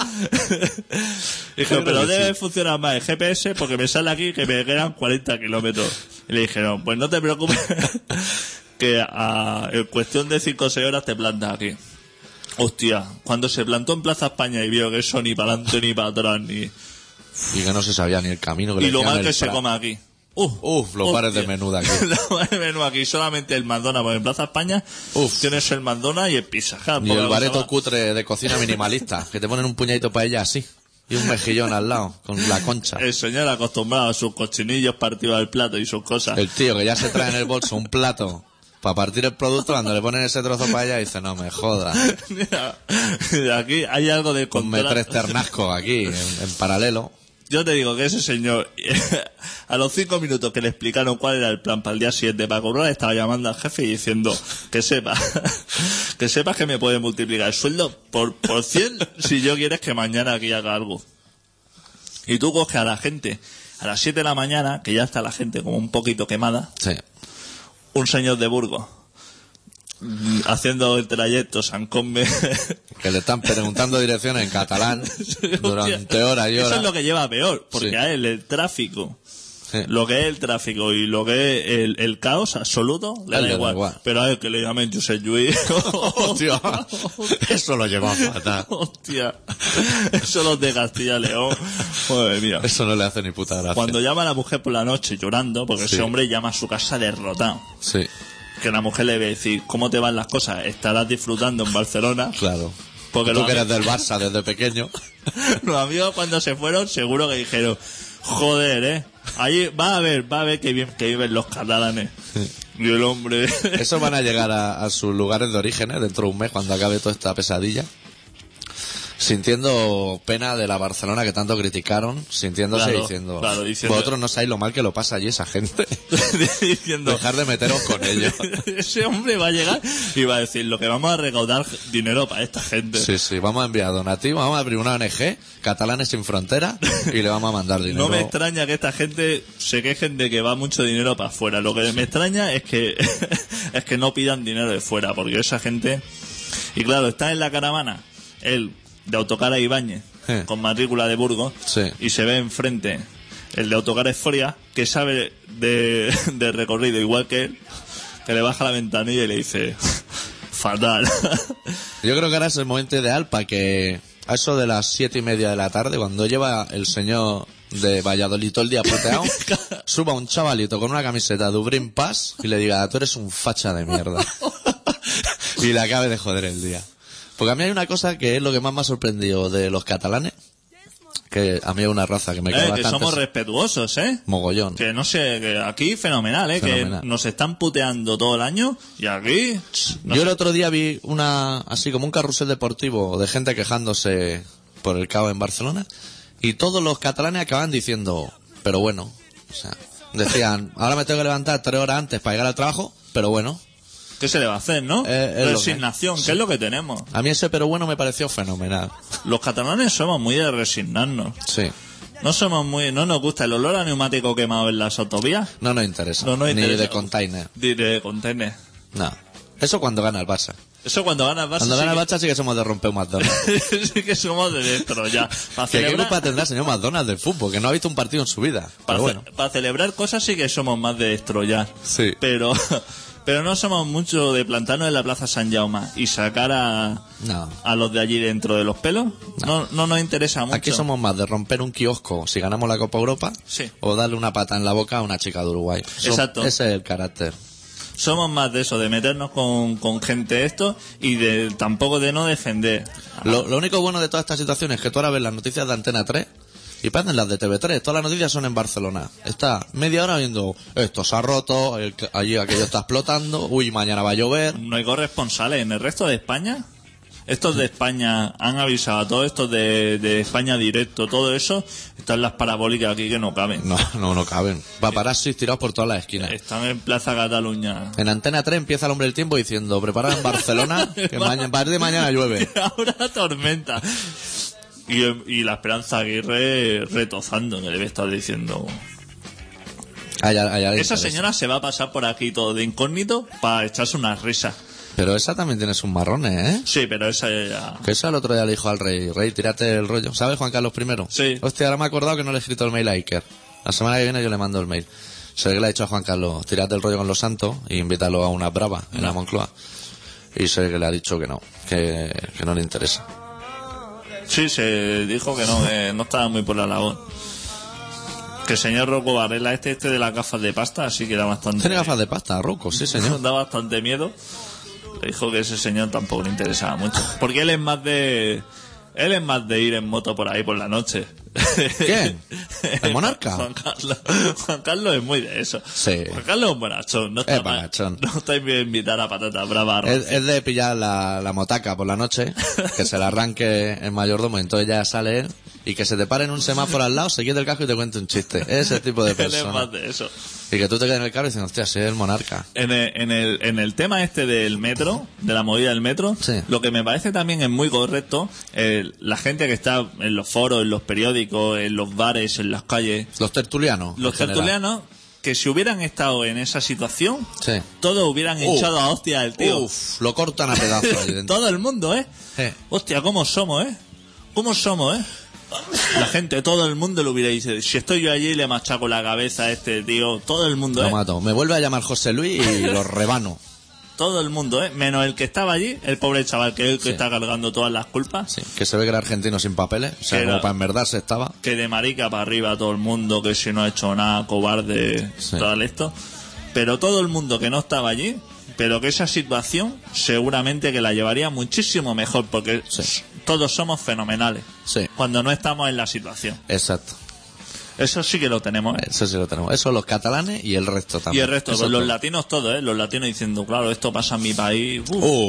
Dije, pero Sí. debe funcionar más el GPS porque me sale aquí que me quedan 40 kilómetros. Y le dijeron, pues no te preocupes, que en cuestión de 5 o 6 horas te plantas aquí. Hostia, cuando se plantó en Plaza España y vio que eso ni para adelante ni para atrás, ni... Y que no se sabía ni el camino. Que Y le lo decían mal el que se Prat. come aquí. Los bares de hostia. menú de aquí. Los bares de menú aquí, solamente el McDonald's, porque en Plaza España tienes el McDonald's y el Pizza Hut. Y poca el cosa bareto más. cutre de cocina minimalista, que te ponen un puñadito para ella así. Y un mejillón al lado, con la concha. El señor acostumbrado a sus cochinillos partidos del plato y sus cosas. El tío que ya se trae en el bolso un plato para partir el producto, cuando le ponen ese trozo para ella, dice, no me jodas. Mira, aquí hay algo de Ponme control. 3 ternascos aquí, en paralelo. Yo te digo que ese señor, a los 5 minutos que le explicaron cuál era el plan para el día siguiente para cobrar, estaba llamando al jefe y diciendo que sepas que me puede multiplicar el sueldo por 100 si yo quieres que mañana aquí haga algo. Y tú coges a la gente a las 7 de la mañana, que ya está la gente como un poquito quemada, Sí. un señor de Burgos haciendo el trayecto San Combe. Que le están preguntando direcciones en catalán durante horas y Eso horas. es lo que lleva peor, porque Sí. a él el tráfico, Sí. lo que es el tráfico y lo que es el caos absoluto, le A él da le da igual. igual. Pero a él que le llamen Josep Lluís. Hostia, eso lo lleva fatal. Hostia, eso los de Castilla y León. Madre mía. Eso no le hace ni puta gracia. Cuando llama a la mujer por la noche llorando, porque Sí. ese hombre llama a su casa derrotado. Sí, Que la mujer le va a decir, ¿cómo te van las cosas? Estarás disfrutando en Barcelona. claro. Porque Tú los que eres amigos- del Barça desde pequeño. Los amigos cuando se fueron seguro que dijeron, joder, ahí va a ver que bien que viven los catalanes. Y el hombre... Esos van a llegar a sus lugares de origen dentro de un mes, cuando acabe toda esta pesadilla. Sintiendo pena de la Barcelona que tanto criticaron, sintiéndose Claro, diciendo, claro, diciendo- vosotros no sabéis lo mal que lo pasa allí esa gente. diciendo, Dejar de meteros con ellos. ese hombre va a llegar y va a decir, lo que vamos a recaudar dinero para esta gente. Sí, sí, vamos a enviar donativos, vamos a abrir una ONG, Catalanes sin Frontera, y le vamos a mandar dinero. No me extraña que esta gente se quejen de que va mucho dinero para afuera. Lo que me extraña es que es que no pidan dinero de fuera, porque esa gente... Y claro, está en la caravana, él, de Autocar a Ibáñez, con matrícula de Burgos, Sí. y se ve enfrente el de Autocar Esforia, que sabe de recorrido igual que él, que le baja la ventanilla y le dice, fatal. Yo creo que ahora es el momento ideal para que a eso de las 7:30 de la tarde, cuando lleva el señor de Valladolid todo el día puteado, suba un chavalito con una camiseta de Ubrin Pass y le diga, tú eres un facha de mierda. Y le acabe de joder el día. Porque a mí hay una cosa que es lo que más me ha sorprendido de los catalanes, que a mí es una raza que me cae que bastante somos respetuosos, mogollón. Que no sé, que aquí fenomenal, Fenomenal. que nos están puteando todo el año y aquí... no Yo sé. el otro día vi así como un carrusel deportivo de gente quejándose por el caos en Barcelona, y todos los catalanes acaban diciendo, pero bueno, o sea, decían, ahora me tengo que levantar 3 horas antes para llegar al trabajo, pero bueno. ¿Qué se le va a hacer, no? Es lo que- Resignación, que es lo que tenemos. A mí ese pero bueno me pareció fenomenal. Los catalanes somos muy de resignarnos. Sí, No nos gusta el olor a neumático quemado en las autovías. no nos interesa. No nos Ni interesa. de container. De container. No. Eso cuando gana el Barça. Eso cuando ganas Barça. Cuando gana el Barça sí que somos de romper un McDonald's. Sí que somos de dentro ya. Para ¿Qué celebrar, culpa tendrá el señor McDonald's del fútbol? Que no ha visto un partido en su vida. Pero bueno. para celebrar cosas sí que somos más de dentro ya. Sí. Pero no somos mucho de plantarnos en la Plaza San Jaume y sacar No. a los de allí dentro de los pelos. No nos interesa mucho. Aquí somos más de romper un kiosco si ganamos la Copa Europa Sí. o darle una pata en la boca a una chica de Uruguay. Exacto. Ese es el carácter. Somos más de eso, de meternos con gente esto y de tampoco de no defender. Lo único bueno de toda esta situación es que tú ahora ves las noticias de Antena 3 y parecen las de TV3. Todas las noticias son en Barcelona. Está media hora viendo esto se ha roto, allí aquello está explotando, uy, mañana va a llover. No hay corresponsales en el resto de España. Estos de España han avisado a todos estos de España Directo, todo eso. Están las parabólicas aquí que no caben. No caben. Paparazzis tirados por todas las esquinas. Están en Plaza Cataluña. En Antena 3 empieza el hombre del tiempo diciendo, preparad en Barcelona, que a partir de mañana llueve. Ahora tormenta. Y la Esperanza Aguirre retozando, que debe estar diciendo... Esa señora se va a pasar por aquí todo de incógnito para echarse unas risas. Pero esa también tiene sus marrones, ¿eh? Sí, pero esa ya... Que esa el otro día le dijo al rey, tírate el rollo. ¿Sabes Juan Carlos I? Sí. Hostia, ahora me he acordado que no le he escrito el mail a Iker. La semana que viene yo le mando el mail. Sé que le ha dicho a Juan Carlos, tírate el rollo con los santos y invítalo a una brava en la Moncloa. Y sé que le ha dicho que no le interesa. Sí, se dijo que no estaba muy por la labor. Que el señor Rocco Varela, este de las gafas de pasta, así que da bastante... Tiene gafas de pasta, Rocco, sí señor. Da bastante miedo. Le dijo que ese señor tampoco le interesaba mucho. Porque él es más de ir en moto por ahí por la noche. ¿Quién? ¿El monarca? Juan Carlos es muy de eso. Sí. Juan Carlos es un bonachón. No está mal. No está bien invitar a Patata Brava. Es de pillar la motaca por la noche, que se la arranque el mayordomo y entonces ya sale él, y que se te pare en un semáforo al lado, se quite el casco y te cuente un chiste. Ese tipo de persona. Él es más de eso. Y que tú te quedes en el carro y dices, hostia, sí, es el monarca. En el tema este del metro, de la movida del metro, sí. Lo que me parece también es muy correcto, la gente que está en los foros, en los periódicos, en los bares, en las calles. Los tertulianos. Los tertulianos, que si hubieran estado en esa situación, sí. Todos hubieran hinchado a hostia al tío. Uf, lo cortan a pedazos ahí dentro. Todo el mundo, Sí. Hostia, ¿cómo somos, ¿Cómo somos, La gente, todo el mundo lo hubiera dicho. Si estoy yo allí y le machaco la cabeza a este tío, todo el mundo, Lo mato. Me vuelve a llamar José Luis y lo rebano. Todo el mundo, menos el que estaba allí, el pobre chaval, que es el que está cargando todas las culpas. Sí, que se ve que era argentino sin papeles, o sea, Que como era- para enmerdarse estaba. Que de marica para arriba todo el mundo, que si no ha hecho nada, cobarde, Sí. todo esto. Pero todo el mundo que no estaba allí, pero que esa situación seguramente que la llevaría muchísimo mejor, porque Sí. todos somos fenomenales Sí, cuando no estamos en la situación. exacto. Eso sí que lo tenemos, Eso sí lo tenemos. Eso los catalanes y el resto Y también. el resto, Eso pues los todo. latinos todos, los latinos diciendo, claro, esto pasa en mi país,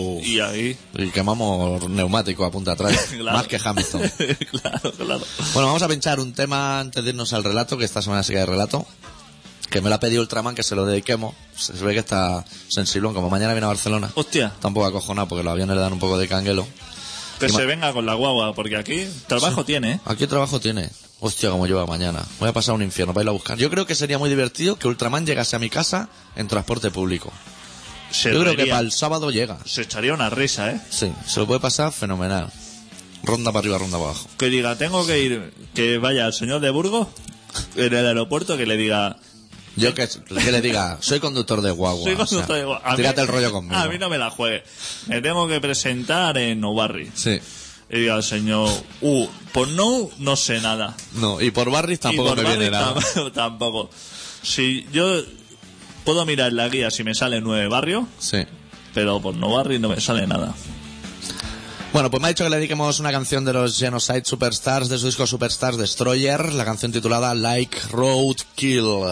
y ahí... Y quemamos neumáticos a punta atrás. Claro. Más que Hamilton. claro. Bueno, vamos a pinchar un tema antes de irnos al relato, que esta semana sí que hay relato. Que me lo ha pedido Ultraman que se lo dediquemos. Se ve que está sensible, como mañana viene a Barcelona. Hostia, Está un poco acojonado porque los aviones le dan un poco de canguelo. que Y se venga con la guagua, porque aquí trabajo tiene, Aquí trabajo tiene. Hostia, como lleva mañana. Voy a pasar un infierno para irlo a buscar. Yo creo que sería muy divertido que Ultraman llegase a mi casa en transporte público. Se Yo creo que reiría. para el sábado llega. Se echaría una risa, Sí, se lo puede pasar fenomenal. Ronda para arriba, ronda para abajo. Que diga, tengo que ir, que vaya al señor de Burgos en el aeropuerto, que le diga, Yo que le diga, soy conductor de guagua. soy o sea, conductor de guagua. A mí- tírate el rollo conmigo. A mí no me la juegue. Me tengo que presentar en Novarri. Sí. Y diga al señor, por no sé nada. No, y por Barris tampoco Y por me viene barrio nada. tampoco. Si yo puedo mirar la guía si me sale 9 barrios, Sí. pero por no barrio no me sale nada. Bueno, pues me ha dicho que le dediquemos una canción de los Genocide Superstars, de su disco Superstars Destroyer, la canción titulada Like Roadkill.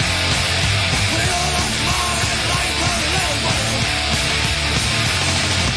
Like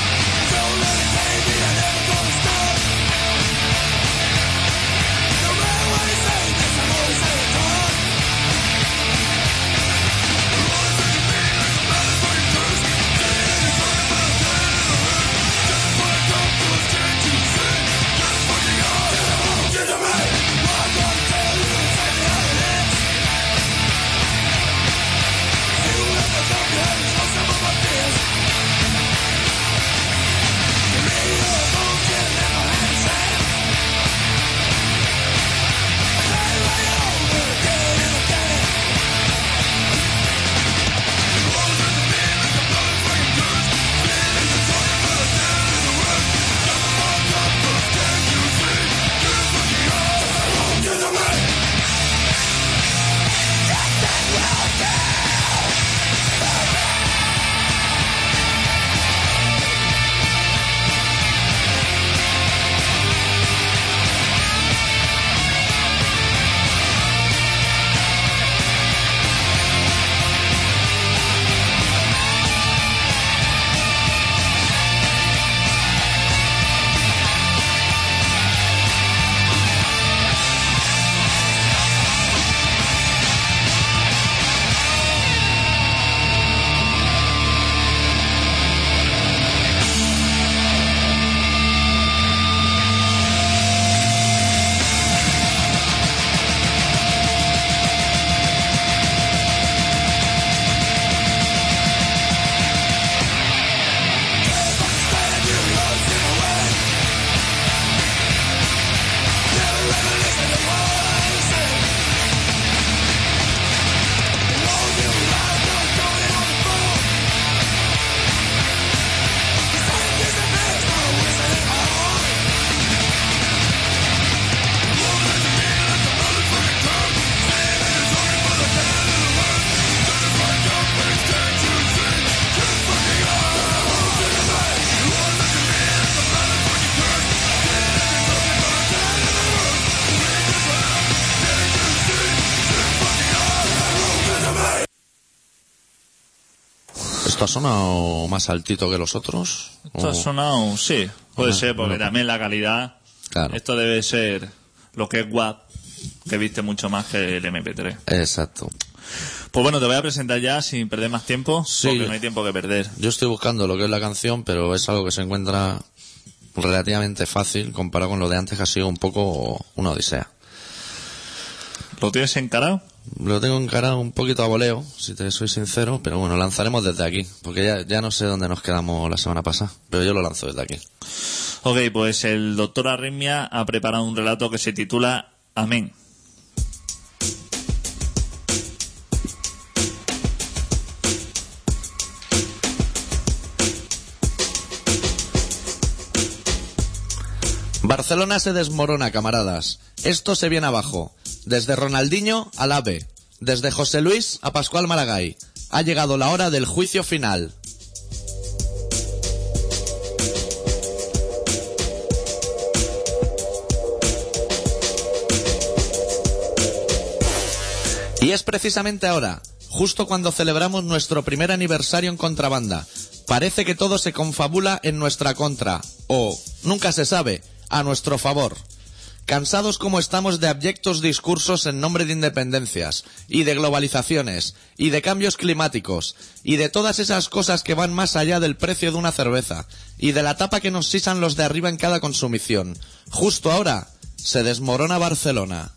¿Esto ha sonado más altito que los otros? Esto ha sonado, sí, puede ser, porque también la calidad. Claro. Esto debe ser lo que es WAP, que viste mucho más que el MP3. Exacto. Pues bueno, te voy a presentar ya sin perder más tiempo, Sí. porque no hay tiempo que perder. Yo estoy buscando lo que es la canción, pero es algo que se encuentra relativamente fácil comparado con lo de antes, que ha sido un poco una odisea. ¿Lo tienes encarado? Lo tengo encarado un poquito a voleo, si te soy sincero, pero bueno, lanzaremos desde aquí, porque ya no sé dónde nos quedamos la semana pasada, pero yo lo lanzo desde aquí. Ok, pues el doctor Arritmia ha preparado un relato que se titula Amén. Barcelona se desmorona, camaradas. Esto se viene abajo. Desde Ronaldinho al AVE. Desde José Luis a Pascual Maragall. Ha llegado la hora del juicio final. Y es precisamente ahora, justo cuando celebramos nuestro primer aniversario en Contrabanda. Parece que todo se confabula en nuestra contra, o, nunca se sabe, a nuestro favor. Cansados como estamos de abyectos discursos en nombre de independencias, y de globalizaciones, y de cambios climáticos, y de todas esas cosas que van más allá del precio de una cerveza, y de la tapa que nos sisan los de arriba en cada consumición. Justo ahora, se desmorona Barcelona.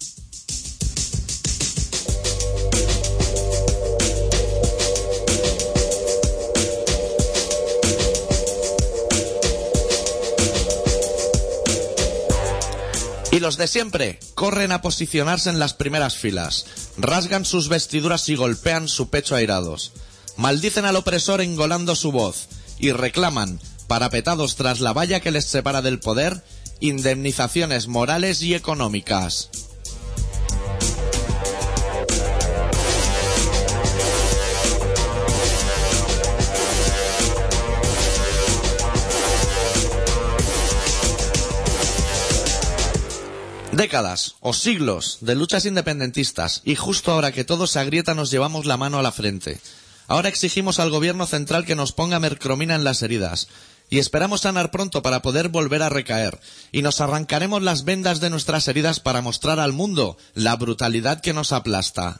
Y los de siempre corren a posicionarse en las primeras filas, rasgan sus vestiduras y golpean su pecho airados. Maldicen al opresor engolando su voz y reclaman, parapetados tras la valla que les separa del poder, indemnizaciones morales y económicas. Décadas o siglos de luchas independentistas y justo ahora que todo se agrieta nos llevamos la mano a la frente. Ahora exigimos al gobierno central que nos ponga mercromina en las heridas y esperamos sanar pronto para poder volver a recaer y nos arrancaremos las vendas de nuestras heridas para mostrar al mundo la brutalidad que nos aplasta.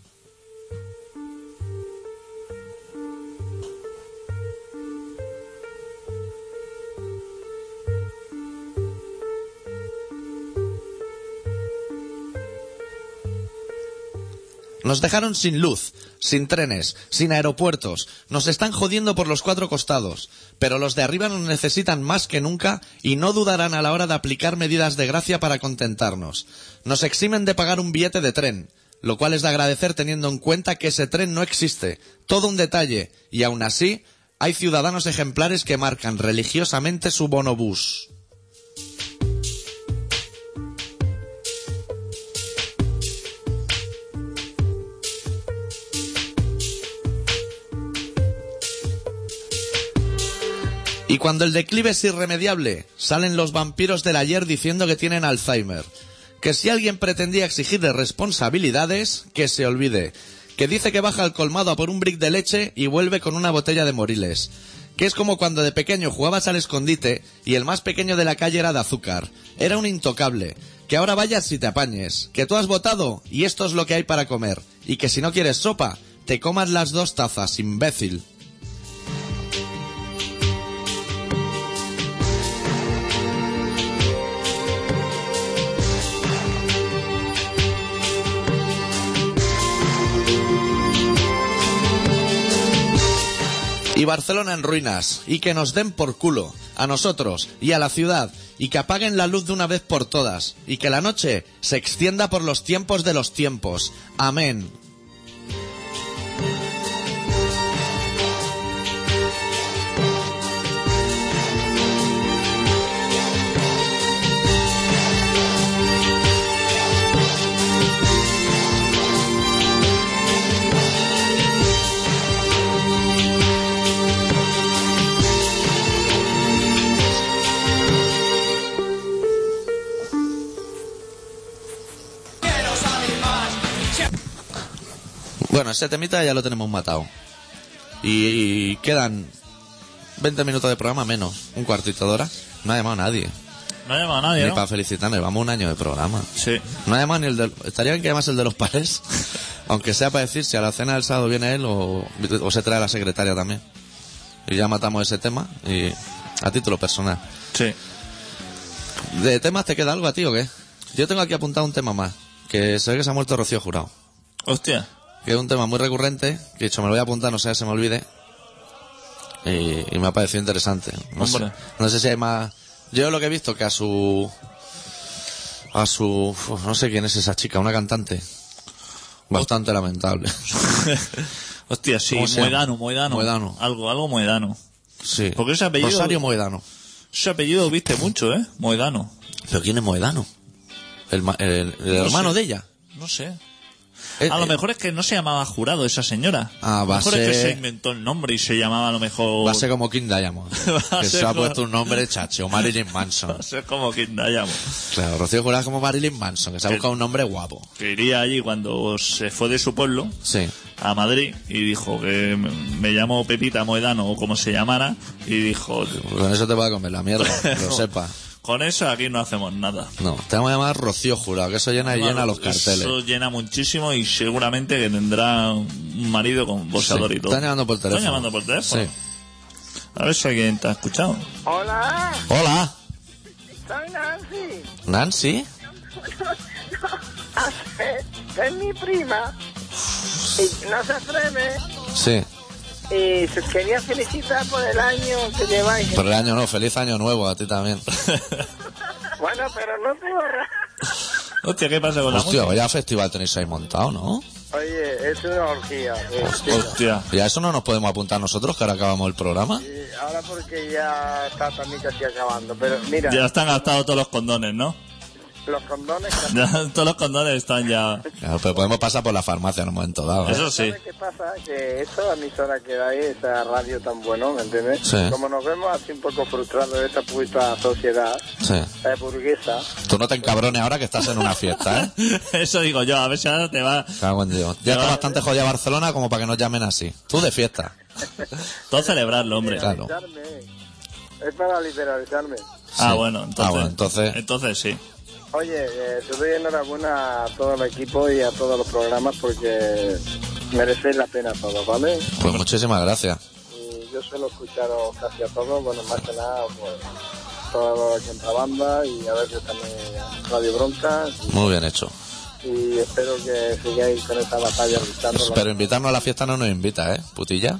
Nos dejaron sin luz, sin trenes, sin aeropuertos, nos están jodiendo por los cuatro costados, pero los de arriba nos necesitan más que nunca y no dudarán a la hora de aplicar medidas de gracia para contentarnos. Nos eximen de pagar un billete de tren, lo cual es de agradecer teniendo en cuenta que ese tren no existe, todo un detalle, y aún así hay ciudadanos ejemplares que marcan religiosamente su bonobús. Y cuando el declive es irremediable, salen los vampiros del ayer diciendo que tienen Alzheimer. Que si alguien pretendía exigirle responsabilidades, que se olvide. Que dice que baja al colmado a por un brick de leche y vuelve con una botella de Moriles. Que es como cuando de pequeño jugabas al escondite y el más pequeño de la calle era de azúcar. Era un intocable. Que ahora vayas si te apañes. Que tú has votado y esto es lo que hay para comer. Y que si no quieres sopa, te comas las 2 tazas, imbécil. Y Barcelona en ruinas, y que nos den por culo, a nosotros y a la ciudad, y que apaguen la luz de una vez por todas, y que la noche se extienda por los tiempos de los tiempos. Amén. Bueno, ese temita ya lo tenemos matado. Y quedan 20 minutos de programa menos, un cuartito de hora. No ha llamado nadie. No ha llamado a nadie, Ni ¿no? para felicitarnos, llevamos un año de programa. Sí. No ha llamado ni el del... Estaría bien que llamase el de los pares, aunque sea para decir si a la cena del sábado viene él o se trae la secretaria también. Y ya matamos ese tema y a título personal. Sí. ¿De temas te queda algo a ti o qué? Yo tengo aquí apuntado un tema más, que se ve que se ha muerto Rocío Jurado. Hostia. Que es un tema muy recurrente, que he dicho, me lo voy a apuntar, no sé si se me olvide. Y me ha parecido interesante. Hombre. No sé si hay más... Yo lo que he visto que a su... no sé quién es esa chica, una cantante. Bastante lamentable. Hostia, sí, ¿Cómo se llama? Moedano. Moedano. Algo Moedano. Sí. Porque ese apellido... Rosario Moedano. Ese apellido viste mucho, ¿eh? Moedano. ¿Pero quién es Moedano? El hermano sé. de ella. No sé. A lo mejor es que no se llamaba Jurado esa señora. Ah, a lo va a mejor es que ser- se inventó el nombre y se llamaba a lo mejor... Va a ser como King Diamond. Va a Que ser se ha como- puesto un nombre chacho, Marilyn Manson. Va a ser como King Diamond. Claro, Rocío Jurado es como Marilyn Manson, que se ha buscado un nombre guapo. Que iría allí cuando se fue de su pueblo Sí. a Madrid y dijo que me llamo Pepita Moedano o como se llamara y dijo, Con eso te va a comer la mierda, que lo sepa. con eso aquí no hacemos nada. No, te vamos a llamar Rocío Jurado, que eso llena y llena los carteles. Eso llena muchísimo y seguramente que tendrá un marido con boxeador Sí, y todo. están llamando por teléfono. ¿Están llamando por teléfono? Sí. A ver si alguien te ha escuchado. Hola, Hola, soy Nancy. Nancy. Es mi prima. Y no se atreve. Sí, Y se quería felicitar por el año que lleváis. por el año no, feliz año nuevo a ti también. Bueno, pero no te borras. Hostia, ¿qué pasa con la Hostia, música? vaya festival tenéis ahí montado, ¿no? Oye, es una orgía. Hostia. Y a eso no nos podemos apuntar nosotros, que ahora acabamos el programa. Y ahora porque ya está también casi acabando. Pero mira, Ya están gastados todos los condones, ¿no? los condones... Ya, todos los condones están ya... Claro, pero podemos pasar por la farmacia en un momento dado. ¿eh? Eso sí. ¿Sabes qué pasa? Que esa emisora que da ahí, esa radio tan bueno, ¿me entiendes? Sí. Como nos vemos así un poco frustrados de esta puta sociedad Sí. burguesa, Tú no te encabrones ahora que estás en una fiesta, ¿eh? Eso digo yo, a ver si ahora te va... Cago en Dios. Ya está bastante jodida Barcelona como para que nos llamen así. Tú de fiesta. Todo celebrarlo, hombre. Claro. liberalizarme. Es para liberalizarme. Ah, Sí. bueno, entonces... Ah, bueno, entonces- Entonces sí. Oye, te doy enhorabuena a todo el equipo y a todos los programas porque merecéis la pena todos, ¿vale? Pues muchísimas gracias. Y yo suelo escucharos casi a todos, bueno, más que nada, pues, toda la contrabanda y a veces también Radio Bronca. Muy bien hecho. Y espero que sigáis con esta batalla luchando. Pero invitarnos a la fiesta no nos invita, ¿eh? Putilla.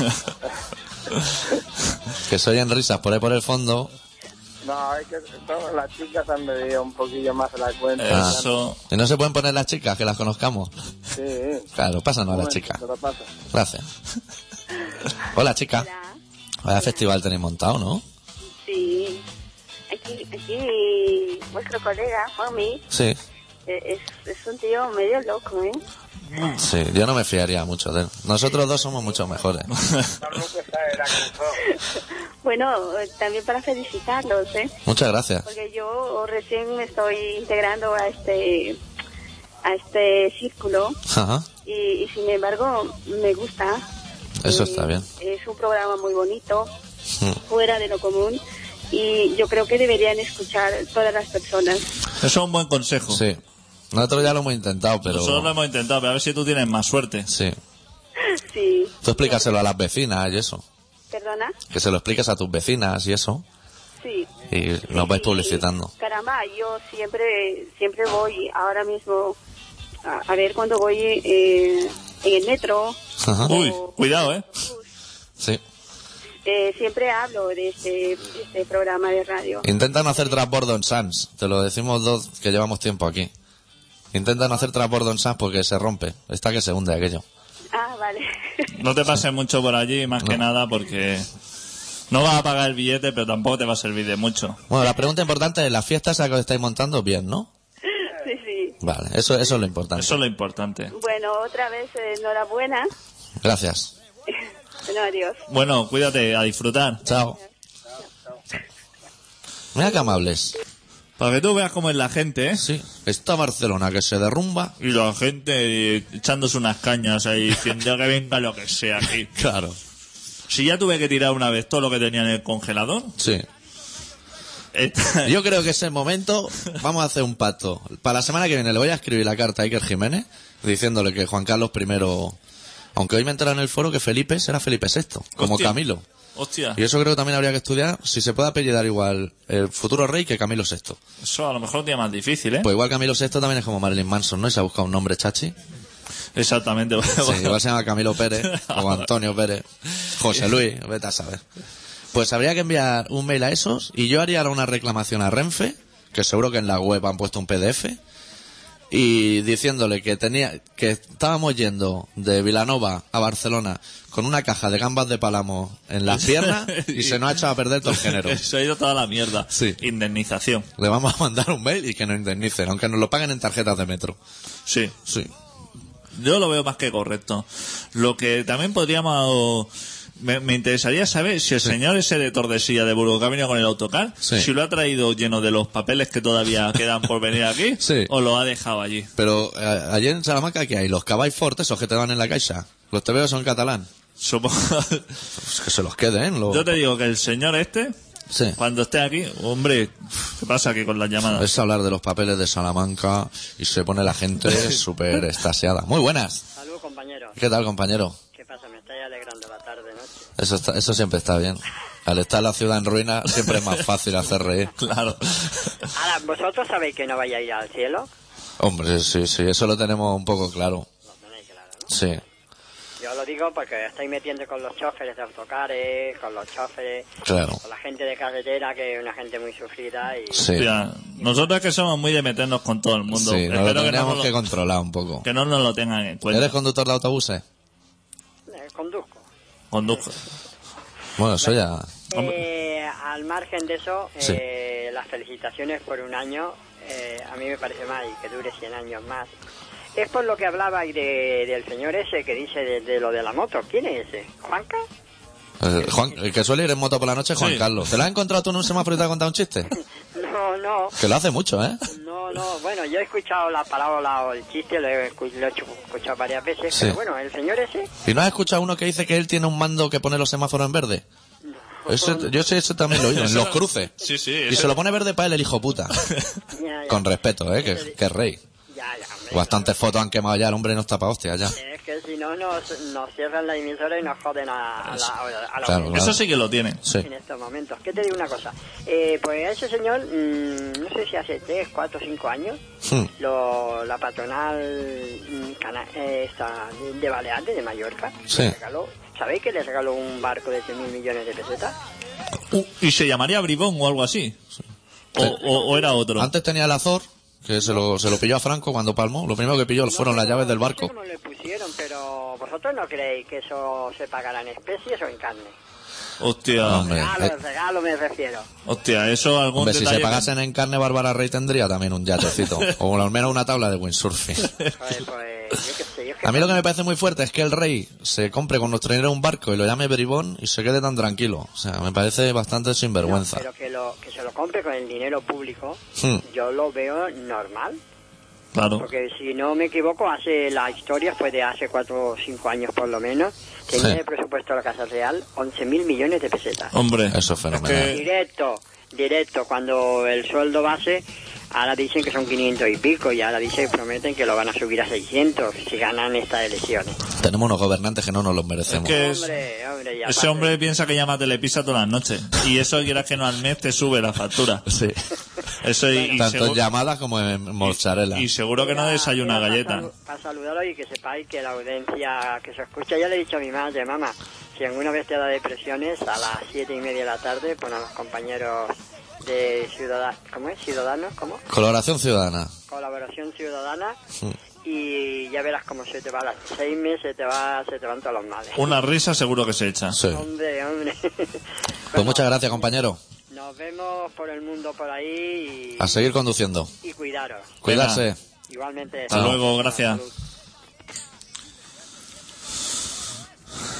Que se oyen risas por ahí por el fondo. No, es que todas las chicas han bebido un poquillo más de la cuenta. Eso... ¿Y no se pueden poner las chicas, que las conozcamos? Sí. Claro, pásanos a las Bueno, chicas. te lo paso. Gracias. Hola, chica. Hola. Vaya festival tenéis montado, ¿no? Sí. Aquí vuestro colega, Juanmi, Sí. es un tío medio loco, ¿eh? Sí, yo no me fiaría mucho de él. Nosotros dos somos mucho mejores. Tampoco era Bueno, también para felicitarlos, ¿eh? Muchas gracias. Porque yo recién me estoy integrando a este círculo Ajá. y sin embargo me gusta. Eso está bien. Es un programa muy bonito, Mm. fuera de lo común, y yo creo que deberían escuchar todas las personas. Eso es un buen consejo. Sí. Nosotros ya lo hemos intentado, pero... Nosotros lo hemos intentado, pero a ver si tú tienes más suerte. Sí. Sí. Tú explícaselo a las vecinas y eso. ¿Perdona? Que se lo expliques a tus vecinas y eso. Sí. Y nos vais publicitando. Caramba, yo siempre voy ahora mismo a ver cuando voy en el metro. Ajá. Uy, cuidado, ¿eh? Sí. Siempre hablo de este programa de radio. Intenta no hacer transbordo en Sans. Te lo decimos dos que llevamos tiempo aquí. Intenta no hacer transbordo en Sans porque se rompe. Está que se hunde aquello. Ah, vale. No te pases mucho por allí, más que nada, porque no vas a pagar el billete, pero tampoco te va a servir de mucho. Bueno, la pregunta importante es, ¿la fiesta esa que os estáis montando bien, no? Sí, sí. Vale, eso es lo importante. Eso es lo importante. Bueno, otra vez enhorabuena. Gracias. Bueno, adiós. Bueno, cuídate, a disfrutar. Chao. Mira qué amables. Para que tú veas cómo es la gente, ¿eh? Sí. Esta Barcelona que se derrumba. Y la gente echándose unas cañas ahí diciendo que venga lo que sea aquí. Claro. Si ya tuve que tirar una vez todo lo que tenía en el congelador, Sí. esta- Yo creo que ese momento vamos a hacer un pacto. Para la semana que viene le voy a escribir la carta a Iker Jiménez diciéndole que Juan Carlos I, aunque hoy me enteré en el foro que Felipe será Felipe VI, como Hostia. Camilo. Hostia, Y eso creo que también habría que estudiar si se puede apellidar igual el futuro rey que Camilo VI. eso a lo mejor lo tiene más difícil, ¿eh? Pues igual Camilo VI también es como Marilyn Manson, ¿no? Y se ha buscado un nombre chachi. Exactamente. Sí, igual se llama Camilo Pérez o Antonio Pérez, José Luis, vete a saber. Pues habría que enviar un mail a esos y yo haría ahora una reclamación a Renfe, que seguro que en la web han puesto un PDF, y diciéndole que estábamos yendo de Vilanova a Barcelona con una caja de gambas de pálamo en las piernas y se nos ha echado a perder todo el género. Se ha ido toda la mierda. Sí. Indemnización. Le vamos a mandar un mail y que nos indemnicen, aunque nos lo paguen en tarjetas de metro. Sí. Sí. Yo lo veo más que correcto. Lo que también podríamos... Me interesaría saber si el señor ese de Tordesillas de Burgos que ha venido con el autocar, Sí. si lo ha traído lleno de los papeles que todavía quedan por venir aquí, Sí. o lo ha dejado allí. Pero allí en Salamanca, ¿qué hay? Los caballos fortes, esos que te dan en la caixa. Los TVO son catalán. Supongo... Pues que se los queden. Yo te digo que el señor este, Sí. cuando esté aquí, hombre, ¿qué pasa aquí con las llamadas? Es hablar de los papeles de Salamanca y se pone la gente súper extasiada. Muy buenas. Salud, compañero. ¿Qué tal, compañero? ¿Qué pasa? Me estáis alegrando la tarde, noche. Eso siempre está bien. Al estar la ciudad en ruina siempre es más fácil hacer reír. Claro. Ahora, ¿vosotros sabéis que no vais a ir al cielo? Hombre, sí, eso lo tenemos un poco claro. Lo tenéis claro, ¿no? Sí, Yo lo digo porque estáis metiendo con los choferes de autocares, con los choferes, claro. con la gente de carretera, que es una gente muy sufrida y... Sí, Hostia, nosotros es que somos muy de meternos con todo el mundo. sí, nos lo Espero que no, tendríamos nos que lo, controlar un poco. que no nos lo tengan en cuenta. ¿Eres conductor de autobuses? Conduzco. Conduzco. Bueno, eso ya... Al margen de eso, Sí. las felicitaciones por un año, a mí me parece mal y que dure 100 años más. Es por lo que hablabais del señor ese que dice de lo de la moto. ¿Quién es ese? ¿Juanca? El que suele ir en moto por la noche es Juan Sí. Carlos. ¿Te lo has encontrado tú en un semáforo y te ha contado un chiste? No, Que lo hace mucho, ¿eh? no. Bueno, yo he escuchado la palabra o el chiste, lo he escuchado varias veces, Sí. pero bueno, el señor ese... ¿Y no has escuchado uno que dice que él tiene un mando que pone los semáforos en verde? Yo sé, eso también lo he oído, en los cruces. Sí, sí. Y se lo pone verde para él, el hijo puta. Ya. Con respeto, que es rey. Ya, hombre, Bastantes fotos han quemado ya, el hombre no está para hostia ya. Es que si no nos cierran la emisora y nos joden a la Claro, audiencia Eso sí que lo tienen. Sí. en estos momentos. ¿Qué te digo una cosa? Pues a ese señor, no sé si hace 3, 4, 5 años, la patronal esta de Baleares, de Mallorca, Sí. le regaló, ¿sabéis que le regaló un barco de 100.000 millones de pesetas? ¿Y se llamaría Bribón o algo así? ¿O era otro? Antes tenía el Azor, que se lo pilló a Franco cuando palmó. Lo primero que pilló fueron las llaves del No sé barco. cómo le pusieron, pero ¿vosotros no creéis que eso se pagará en especies o en carne? Hostia. Hombre, Regalo me refiero. Hostia, eso algún Hombre, si detalle se pagasen en carne, Bárbara Rey tendría también un yatecito. O al menos una tabla de windsurfing. Joder, pues yo qué sé, yo es que... A mí lo que me parece muy fuerte es que el rey se compre con nuestro dinero un barco y lo llame Bribón y se quede tan tranquilo. O sea, me parece bastante sinvergüenza. Pero que se lo compre con el dinero público, Hmm. yo lo veo normal. Claro. Porque si no me equivoco, la historia fue de hace 4 o 5 años por lo menos. Tenía Sí. el presupuesto de la Casa Real 11.000 millones de pesetas. Hombre. Eso es fenomenal. Directo, cuando el sueldo base, ahora dicen que son 500 y pico y ahora prometen que lo van a subir a 600 si ganan estas elecciones. Tenemos unos gobernantes que no nos los merecemos. que Hombre, y ese aparte- hombre piensa que llama a Telepisa todas las noches. Y eso, quieras que no, al mes te sube la factura. Sí. Eso y Tanto en seguro, llamadas como en mozzarella. y seguro que no desayuna Mira, galleta. Para saludaros y que sepáis que la audiencia que se escucha, ya le he dicho a mi madre, mamá, si alguna vez te da depresiones, a las 7:30 de la tarde, pon a los compañeros de ¿cómo es? Ciudadanos, ¿cómo? Colaboración ciudadana. Colaboración Ciudadana, y ya verás cómo se te va, a las 6 meses se te van todos los males. Una risa seguro que se echa. Sí. Hombre. Pues muchas gracias, compañero. Nos vemos por el mundo por ahí A seguir conduciendo. y cuidaros. Cuidarse. Igualmente. Hasta luego, gracias. Salud.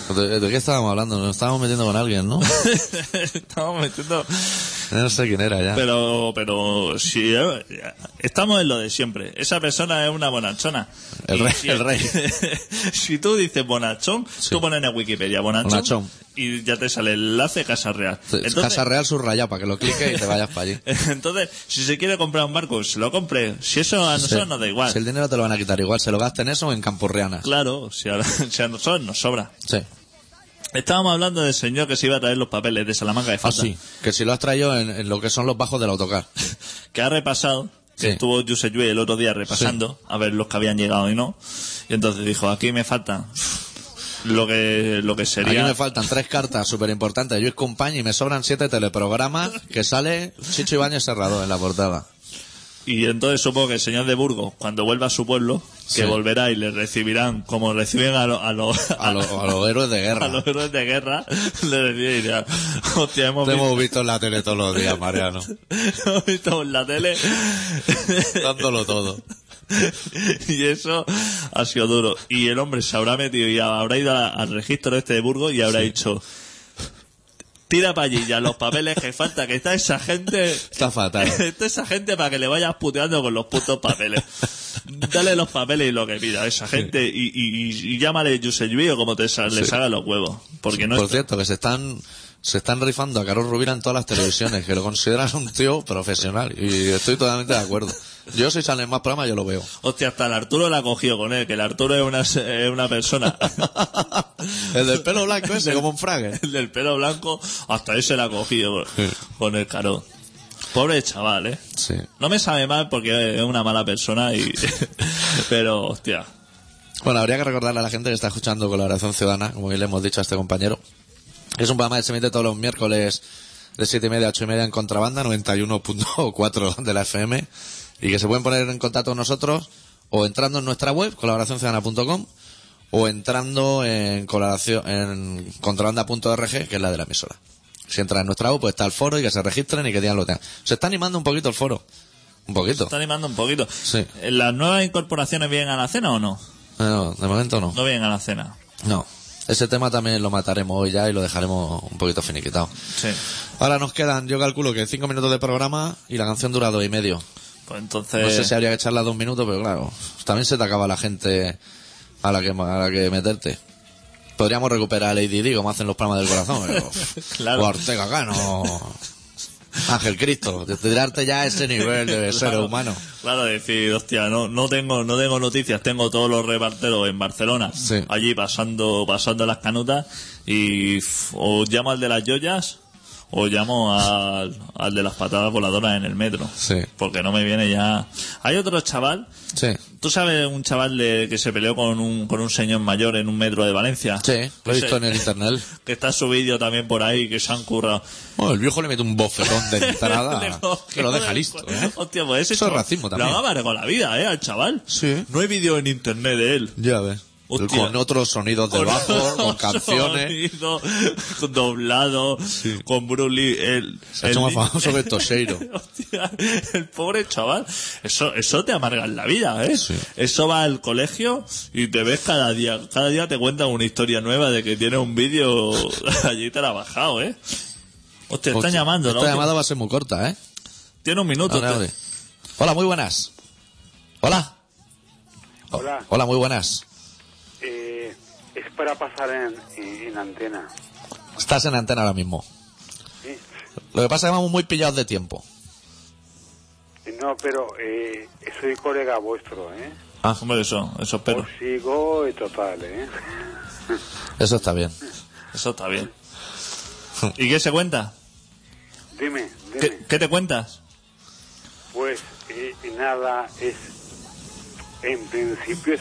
¿De qué estábamos hablando? Nos estábamos metiendo con alguien, ¿no? Estamos metiendo... No sé quién era ya. Pero si estamos en lo de siempre. Esa persona es una bonachona. El Y rey, si, el rey. Si tú dices bonachón, tú pones en Wikipedia bonachón y ya te sale el enlace Casa Real. Entonces, Casa Real subrayado para que lo cliques y te vayas para allí. entonces, si se quiere comprar un barco, se lo compre. Si eso a nosotros nos da igual. Si el dinero te lo van a quitar igual, se lo gasten eso o en Campurrianas. Claro, si a nosotros nos sobra. Sí. Estábamos hablando del señor que se iba a traer los papeles de Salamanca de Ah, Falta. sí. Que si lo has traído en lo que son los bajos del autocar. Que ha repasado, que Sí. estuvo Josep Llull el otro día repasando a ver los que habían llegado y no. Y entonces dijo, aquí me faltan lo que sería... Aquí me faltan 3 cartas súper importantes de Lluís Companys y me sobran 7 teleprogramas que sale Chicho Ibáñez Serrador en la portada. Y entonces supongo que el señor de Burgos, cuando vuelva a su pueblo, que Sí. volverá y le recibirán como reciben a los A los héroes de guerra. a los héroes de guerra, le dirán, hostia, Te hemos visto en la tele todos los días, Mariano. hemos visto en la tele Dándolo todo. y eso ha sido duro. Y el hombre se habrá metido y habrá ido al registro este de Burgos y habrá dicho, tira para allí ya los papeles que falta, que está esa gente... Está fatal. Está esa gente para que le vayas puteando con los putos papeles. Dale los papeles y lo que pida a esa gente y llámale Josep Llull o como le salga los huevos. Porque no Por es... cierto, que se están rifando a Carol Rubira en todas las televisiones, que lo consideran un tío profesional. Y estoy totalmente de acuerdo. Yo, si salen más programas, yo lo veo. Hostia, hasta el Arturo la ha cogido con él, que el Arturo es una persona. El del pelo blanco ese, como un frague. El del pelo blanco, hasta ese la ha cogido con el Caro. Pobre chaval, ¿eh? Sí. No me sabe mal porque es una mala persona y... Pero, hostia. Bueno, habría que recordarle a la gente que está escuchando Colaboración Ciudadana, como bien le hemos dicho a este compañero. Es un programa que se emite todos los miércoles de 7:30 a 8:30 en Contrabanda, 91.4 de la FM, y que se pueden poner en contacto con nosotros o entrando en nuestra web, colaboracionciudadana.com, o entrando en contrabanda.org, que es la de la emisora. Si entran en nuestra web, pues está el foro y que se registren y que digan lo que tengan. Se está animando un poquito el foro. Un Se poquito. está animando un poquito. Sí. ¿Las nuevas incorporaciones vienen a la cena o no? No, de momento no. No vienen a la cena. No. Ese tema también lo mataremos hoy ya y lo dejaremos un poquito finiquitado. Sí. Ahora nos quedan, yo calculo que 5 minutos de programa y la canción dura 2,5. Pues entonces... No sé si habría que echarla 2 minutos, pero claro, también se te acaba la gente a la que meterte. Podríamos recuperar a Lady Di como hacen los programas del corazón, pero... Claro. O Ortega Cano, Ángel Cristo, de tirarte ya a ese nivel de ser humano. Claro, decir, hostia, no tengo noticias, tengo todos los reparteros en Barcelona, Sí. allí pasando las canutas y o llamo al de las joyas o llamo al de las patadas voladoras en el metro. Sí. Porque no me viene ya... Hay otro chaval, Sí, ¿tú sabes un chaval que se peleó con un señor mayor en un metro de Valencia? sí, lo he Ese- visto en el internet. Que está su vídeo también por ahí, que se han currado. Bueno, el viejo le mete un bofetón de Le entrada cogió que lo deja del- listo, ¿eh? Hostia, pues ese Eso es chaval racismo también. Le han amargado la vida, al chaval. Sí. No hay vídeo en internet de él. Ya ves. Hostia. Con otros sonidos del bajo, con canciones. Sonido, con doblado, con Bruce Lee. Se ha hecho más famoso que Toseiro. Hostia, el pobre chaval. Eso te amarga en la vida, ¿eh? Sí. Eso va al colegio y te ves cada día. Cada día te cuentan una historia nueva de que tiene un vídeo allí trabajado, ¿eh? Hostia, están Hostia, llamando, ¿no? Esta llamada va a ser muy corta, ¿eh? Tiene un minuto. Ahora, abre. Hola, muy buenas. Hola. Hola. Hola, muy buenas. Es para pasar en antena. Estás en antena ahora mismo. ¿Sí? Lo que pasa es que vamos muy pillados de tiempo. No, pero soy colega vuestro, ¿eh? Ah, hombre, eso espero. Os sigo total, ¿eh? Eso está bien. Eso está bien. ¿Y qué se cuenta? Dime. ¿Qué te cuentas? Pues nada, en principio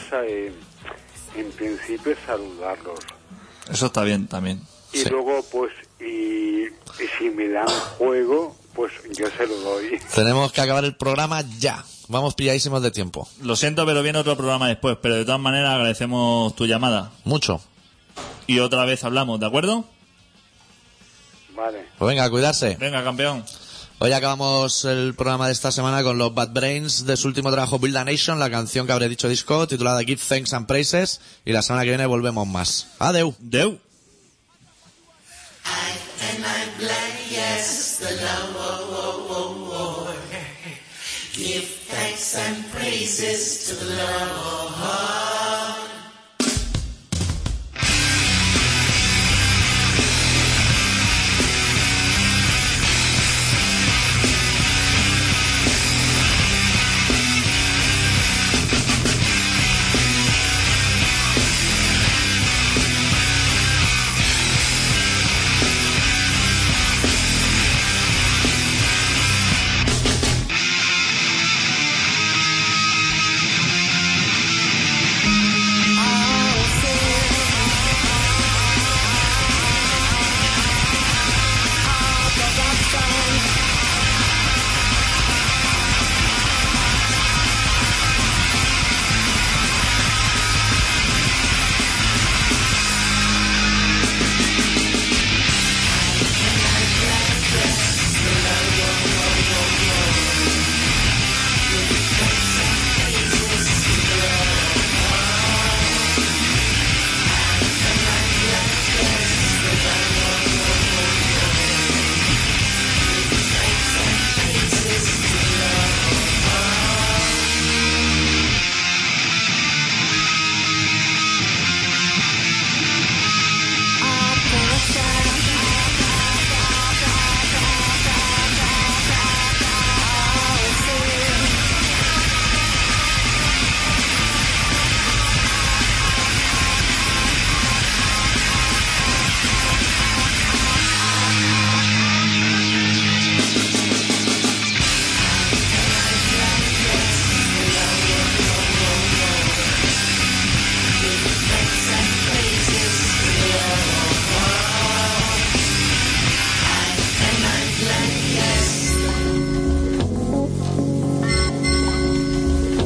es saludarlos. Eso está bien también. Y Sí. luego, pues, y si me dan juego, pues yo se lo doy. Tenemos que acabar el programa ya. Vamos pilladísimos de tiempo. Lo siento, pero viene otro programa después. Pero de todas maneras agradecemos tu llamada. Mucho. Y otra vez hablamos, ¿de acuerdo? Vale. Pues venga, a cuidarse. Venga, campeón. Hoy acabamos el programa de esta semana con los Bad Brains de su último trabajo Build a Nation, la canción que habré dicho disco, titulada Give Thanks and Praises. Y la semana que viene volvemos más. Adeu. Deu. Like yes, the Lord. Give thanks and praises to the Lord.